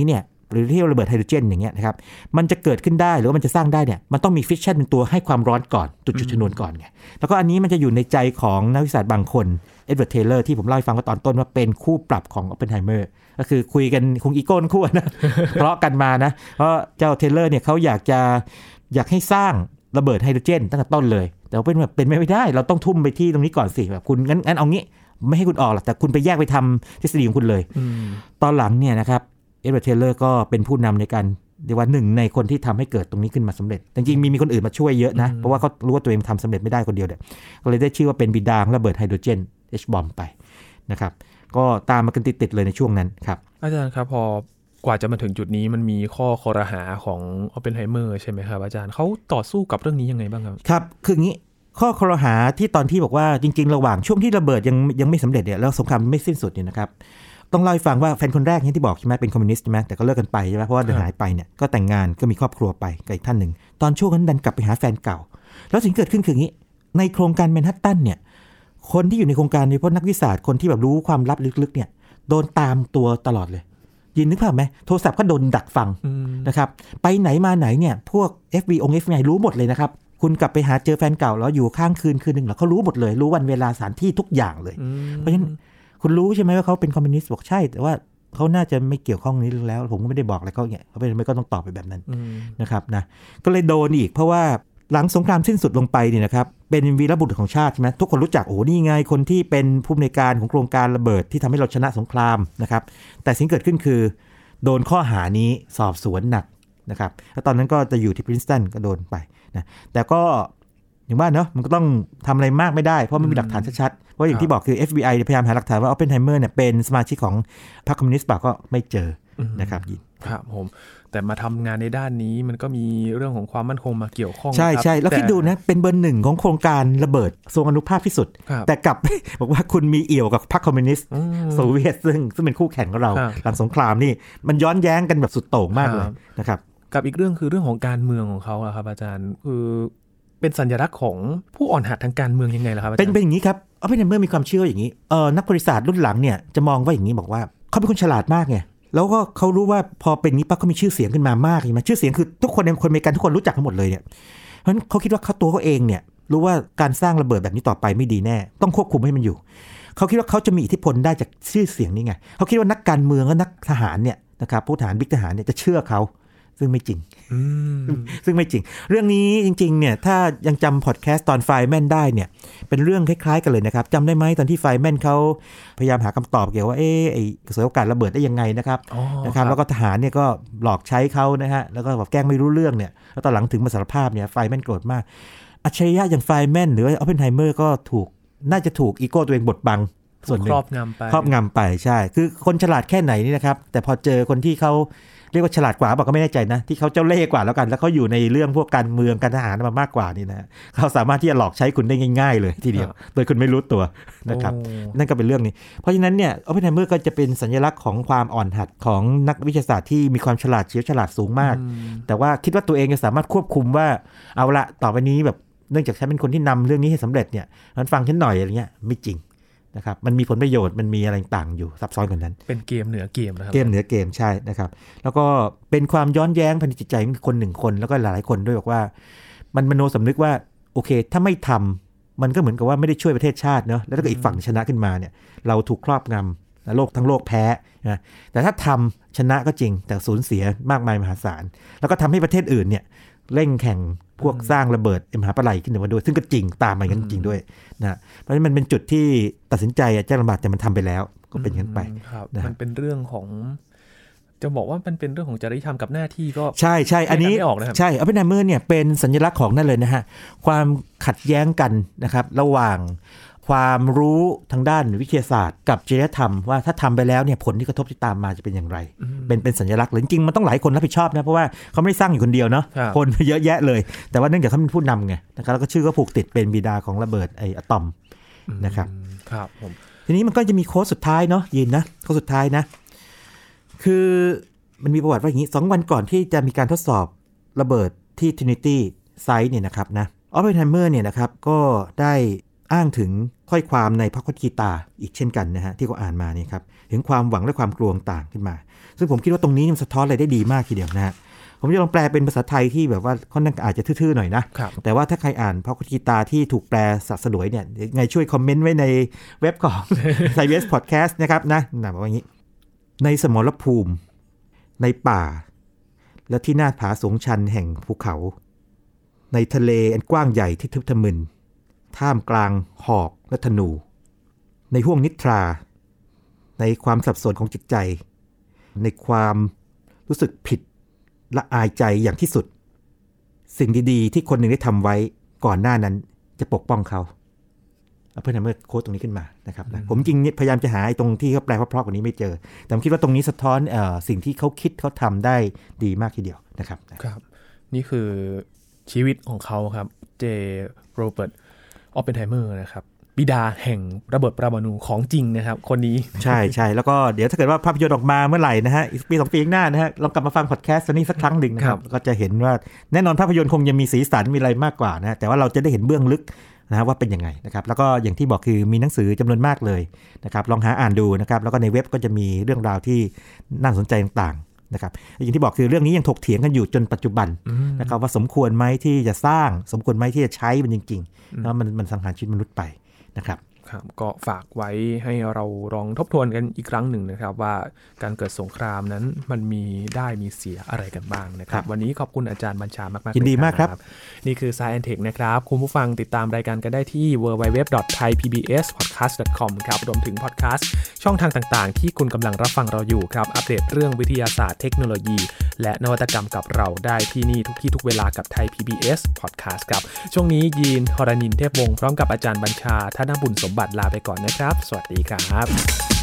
หรือที่ระเบิดไฮโดรเจนอย่างเงี้ยนะครับมันจะเกิดขึ้นได้หรือว่ามันจะสร้างได้เนี่ยมันต้องมีฟิชชั่นเป็นตัวให้ความร้อนก่อนจุดชนวนก่อนไงแล้วก็อันนี้มันจะอยู่ในใจของนักวิทยาศาสตร์บางคนเอ็ดเวิร์ดเทย์เลอร์ที่ผมเล่าให้ฟังว่าตอนต้นว่าเป็นคู่ปรับของออปเพนไฮเมอร์ก็คือคุยกันคงอีโก้คู่นะ ทะเลาะกันมานะเพราะเจ้าเทย์เลอร์เนี่ยเขาอยากให้สร้างระเบิดไฮโดรเจนตั้งแต่ต้นเลยแต่ว่าเป็นไม่ได้เราต้องทุ่มไปที่ตรงนี้ก่อนสิแบบคุณงั้นเอางี้ไม่ให้คุณออกหรอกแต่คุณไปแยกไปทำทฤษฎีของคุณเลยตอนหลังเนี่ยนะครับเอ็ดเวิร์ดเทย์เลอร์ก็เป็นผู้นำในการเรียกว่าหนึ่งในคนที่ทำให้เกิดตรงนี้ขึ้นมาสำเร็จจริงๆมีคนอื่นมาช่วยเยอะนะเพราะว่าเขารู้ว่าตัวเองทำสำเร็จไม่ได้คนเดียวเนี่ยก็เลยได้ชื่อว่าเป็นบิดาระเบิดไฮโดรเจน H-bomb ไปนะครับก็ตามมากันติดๆเลยในช่วงนั้นครับอาจารย์ครับพอกว่าจะมาถึงจุดนี้มันมีข้อคอรหาของออปเพนไฮเมอร์ใช่ไหมครับอาจารย์เขาต่อสู้กับเรื่องนี้ยังไงบ้างครับครับคืออย่างนี้ข้อคอรหาที่ตอนที่บอกว่าจริงๆระหว่างช่วงที่ระเบิดยังไม่สำเร็จเนี่ยแล้วสงครามไม่สิ้นสุดเนี่ยนะครับต้องเล่าให้ฟังว่าแฟนคนแรกที่บอกใช่ไหมเป็นคอมมิวนิสต์ใช่ไหมแต่ก็เลิกกันไปใช่ไหมเพราะว่าเดินหายไปเนี่ยก็แต่งงานก็มีครอบครัวไปกับอีกท่านหนึ่งตอนช่วงนั้นดันกลับไปหาแฟนเก่าแล้วสิ่งเกิดขึ้นคืออย่างนี้ในโครงการแมนฮัตตันเนี่ยคนที่อยู่ในโครงการโดยเฉพาะนักวิทยาศาสตร์คนที่แบบรู้ความลับลึกๆเนี่ยโดนตามตัวตลอดเลยยินนึกภาพไหมโทรศัพท์ก็โดนดักฟังนะครับไปไหนมาไหนเนี่ยพวก FBI รู้หมดเลยนะครับคุณกลับไปหาเจอแฟนเก่าแล้วอยู่ข้างคืนนึงแล้วเขารู้หมดเลยรู้วันเวลาสถานที่ทุกอย่างเลยเพราะฉะนั้นคุณรู้ใช่ไหมว่าเขาเป็นคอมมิวนิสต์บอกใช่แต่ว่าเขาน่าจะไม่เกี่ยวข้องนี้แล้วผมก็ไม่ได้บอกอะไรเขาเนี่ยเขาไม่ก็ต้องตอบไปแบบนั้นนะครับนะก็เลยโดนอีกเพราะว่าหลังสงครามสิ้นสุดลงไปเนี่ยนะครับเป็นวีรบุรุษของชาติใช่ไหมทุกคนรู้จักโอ้นี่ไงคนที่เป็นผู้อำนวยการของโครงการระเบิดที่ทำให้เราชนะสงครามนะครับแต่สิ่งเกิดขึ้นคือโดนข้อหานี้สอบสวนหนักนะครับแล้วตอนนั้นก็จะอยู่ที่พรินสตันก็โดนไปนะแต่ก็อย่างว่าเนาะมันก็ต้องทำอะไรมากไม่ได้เพราะไม่มีหลักฐานชัดๆเพราะอย่างที่บอกคือ FBI พยายามหาหลักฐานว่าออปเพนไฮเมอร์เนี่ยเป็นสมาชิกของพรรคคอมมิวนิสต์ป่ะก็ไม่เจอนะครับยินครับผมแต่มาทำงานในด้านนี้มันก็มีเรื่องของความมั่นคงมาเกี่ยวข้องใช่ใช่แล้วคิดดูนะเป็นเบอร์หนึ่งของโครงการระเบิดทรงอนุภาคที่สุดแต่กลับ บอกว่าคุณมีเอี่ยวกับพรรคคอมมิวนิสต์โซเวียตซึ่งเป็นคู่แข่งของเราหลังสงครามนี่มันย้อนแย้งกันแบบสุดโต่งมากเลยนะครับกับอีกเรื่องคือเรื่องของการเมืองของเขาครับอาจารย์คือเป็นสัญลักษณ์ของผู้อ่อนหัดทางการเมืองยังไงล่ะครับเป็นอย่างนี้ครับเอาเป็นเมื่อมีความเชื่ออย่างนี้นักบริษัทรุ่นหลังเนี่ยจะมองว่าอย่างนี้บอกว่าเขาเป็นคนฉลาดมากไงแล้วก็เขารู้ว่าพอเป็นนี้ปั๊บเขามีชื่อเสียงขึ้นมามากเลยชื่อเสียงคือทุกคนในคนอเมริกันทุกคนรู้จักกันหมดเลยเนี่ยเพราะฉะนั้นเขาคิดว่าตัวเขาเองเนี่ยรู้ว่าการสร้างระเบิดแบบนี้ต่อไปไม่ดีแน่ต้องควบคุมให้มันอยู่เขาคิดว่าเขาจะมีอิทธิพลได้จากชื่อเสียงนี้ไงเขาคิดว่านักการเมืองและนักทหารเนี่ยนะครับผู้ทหารบิ๊กทหารเนี่ยจะเชื่อเขาซึ่งไม่จริงซึ่งไม่จริงเรื่องนี้จริงๆเนี่ยถ้ายังจำพอดแคสต์ตอนไฟแมนได้เนี่ยเป็นเรื่องคล้ายๆกันเลยนะครับจำได้ไหมตอนที่ไฟแมนเขาพยายามหาคำตอบเกี่ยวว่าไอ้กระสุนอากาศระเบิดได้ยังไงนะครับแล้วก็ทหารเนี่ยก็หลอกใช้เขานะฮะแล้วก็แบบแกล้งไม่รู้เรื่องเนี่ยแล้วตอนหลังถึงมาสารภาพเนี่ยไฟแมนโกรธมากอัจฉริยะอย่างไฟแมนหรือออปเพนไฮเมอร์ก็น่าจะถูกอีโก้ตัวเองบดบังส่วนหนึ่งครอบงำไปใช่คือคนฉลาดแค่ไหนนี่นะครับแต่พอเจอคนที่เขาเรียกว่าฉลาดกว่าบอกก็ไม่แน่ใจนะที่เขาเจ้าเล่ห์กว่าแล้วกันแล้วเขาอยู่ในเรื่องพวกการเมืองการทหารมามากกว่านี่นะเขาสามารถที่จะหลอกใช้คุณได้ง่ายๆเลยทีเดียวโดยคุณไม่รู้ตัวนะครับนั่นก็เป็นเรื่องนี้เพราะฉะนั้นเนี่ยออปเพนไฮเมอร์ก็จะเป็นสัญลักษณ์ของความอ่อนหัดของนักวิทยาศาสตร์ที่มีความฉลาดเฉียบฉลาดสูงมากแต่ว่าคิดว่าตัวเองจะสามารถควบคุมว่าเอาละต่อไปนี้แบบเนื่องจากฉันเป็นคนที่นำเรื่องนี้ให้สำเร็จเนี่ยงั้นฟังฉันหน่อยอะไรเงี้ยไม่จริงนะครับมันมีผลประโยชน์มันมีอะไรต่างอยู่ซับซ้อนกว่านั้นเป็นเกมเหนือเกมนะครับเกมเหนือเกมใช่นะครับแล้วก็เป็นความย้อนแย้งภายในจิตใจของคนหนึ่งคนแล้วก็หลายๆคนด้วยบอกว่ามันมโนสำนึกว่าโอเคถ้าไม่ทำมันก็เหมือนกับว่าไม่ได้ช่วยประเทศชาติเนาะแล้วถ้าเกิดอีกฝั่งชนะขึ้นมาเนี่ยเราถูกครอบงำและโลกทั้งโลกแพ้นะแต่ถ้าทำชนะก็จริงแต่สูญเสียมากมายมหาศาลแล้วก็ทำให้ประเทศอื่นเนี่ยเร่งแข่งพวกสร้างระเบิดมหาปลัยขึ้นมาด้วยซึ่งก็จริงตามมาอย่างนั้นจริงด้วยนะเพราะฉะนั้นมันเป็นจุดที่ตัดสินใจแจ้งลำบากแต่มันทำไปแล้วก็เป็นอย่างนั้นไปนะมันเป็นเรื่องของจะบอกว่ามันเป็นเรื่องของจริยธรรมกับหน้าที่ก็ใช่ใช่อันนี้ใช่ออปเพนไฮเมอร์เนี่ยเป็นสัญลักษณ์ของนั่นเลยนะฮะความขัดแย้งกันนะครับระหว่างความรู้ทางด้านวิทยาศาสตร์กับจริยธรรมว่าถ้าทำไปแล้วเนี่ยผลที่กระทบที่ตามมาจะเป็นอย่างไรเป็นสัญลักษณ์จริงๆมันต้องหลายคนรับผิดชอบนะเพราะว่าเขาไม่ได้สร้างอยู่คนเดียวเนาะคนเยอะแยะเลยแต่ว่าเนื่องจากเขาเป็นผู้นำไงนะครับแล้วก็ชื่อก็ผูกติดเป็นบิดาของระเบิดไอ้อะตอมนะครับครับผมทีนี้มันก็จะมีโค้ดสุดท้ายเนาะยินนะโค้ดสุดท้ายนะคือมันมีประวัติว่าอย่างนี้2 วันก่อนที่จะมีการทดสอบระเบิดที่ Trinity Site เนี่ยนะครับนะออปเพนไฮเมอร์เนี่ยนะครับก็ได้อ้างถึงถ้อยความในพระคัมภีร์ตาอีกเช่นกันนะฮะที่เขาอ่านมานี่ครับถึงความหวังและความกลัวต่างขึ้นมาซึ่งผมคิดว่าตรงนี้มันสะท้อนอะไรได้ดีมากทีเดียวนะฮะผมจะลองแปลเป็นภาษาไทยที่แบบว่าค่อนข้างอาจจะทื่อๆหน่อยนะแต่ว่าถ้าใครอ่านพระคัมภีร์ตาที่ถูกแปลสะดวยเนี่ยไงช่วยคอมเมนต์ไว้ในเว็บของ CBS Podcast นะครับนะบอกว่าอย่างนี้ในสมรภูมิในป่าและที่หน้าผาสูงชันแห่งภูเขาในทะเลอันกว้างใหญ่ที่ทึบทะมึนท่ามกลางหอกและธนูในห้วงนิทราในความสับสนของจิตใจในความรู้สึกผิดละอายใจอย่างที่สุดสิ่งดีๆที่คนหนึ่งได้ทำไว้ก่อนหน้านั้นจะปกป้องเขาเพื่อนทำเมื่อโค้ดตรงนี้ขึ้นมานะครับผมจริงพยายามจะหาตรงที่เขาแปลเพราะๆกว่านี้ไม่เจอแต่ผมคิดว่าตรงนี้สะท้อนสิ่งที่เขาคิดเขาทำได้ดีมากทีเดียวนะครับครับนี่คือชีวิตของเขาครับเจโรเบิร์ตออปเพนไฮเมอร์นะครับบิดาแห่งระเบิดปรมาณูของจริงนะครับคนนี้ใช่แล้วก็เดี๋ยวถ้าเกิดว่าภาพยนตร์ออกมาเมื่อไหร่นะฮะอีกปี2ปีข้างหน้านะฮะลองกลับมาฟังพอดแคสต์นี้สักครั้งหนึ่งนะครับก็จะเห็นว่าแน่นอนภาพยนตร์คงจะมีสีสันมีอะไรมากกว่านะแต่ว่าเราจะได้เห็นเบื้องลึกนะว่าเป็นยังไงนะครับแล้วก็อย่างที่บอกคือมีหนังสือจำนวนมากเลยนะครับลองหาอ่านดูนะครับแล้วก็ในเว็บก็จะมีเรื่องราวที่น่าสนใจต่างๆนะครับอย่างที่บอกคือเรื่องนี้ยังถกเถียงกันอยู่จนปัจจุบันนะครับว่าสมควรไหมที่จะสร้างสมควรไหมที่จะใช้มันจริงๆแล้วมันสังหารชีวิตมนุษย์ไปนะครับก็ฝากไว้ให้เราลองทบทวนกันอีกครั้งหนึ่งนะครับว่าการเกิดสงครามนั้นมันมีได้มีเสียอะไรกันบ้างนะครับวันนี้ขอบคุณอาจารย์บัญชามากๆยินดีมากครับนี่คือ Science and Tech นะครับคุณผู้ฟังติดตามรายการกันได้ที่ www.thaipbspodcast.com ครับรวมถึงพอดแคสต์ช่องทางต่างๆที่คุณกำลังรับฟังเราอยู่ครับอัปเดตเรื่องวิทยาศาสตร์เทคโนโลยีและนวัตกรรมกับเราได้ที่นี่ทุกที่ทุกเวลากับ Thai PBS Podcast ครับช่วงนี้ยีน ทรณินเทพวงศ์พร้อมกับอาจารย์บัญชาธนบุญสมบัติลาไปก่อนนะครับสวัสดีครับ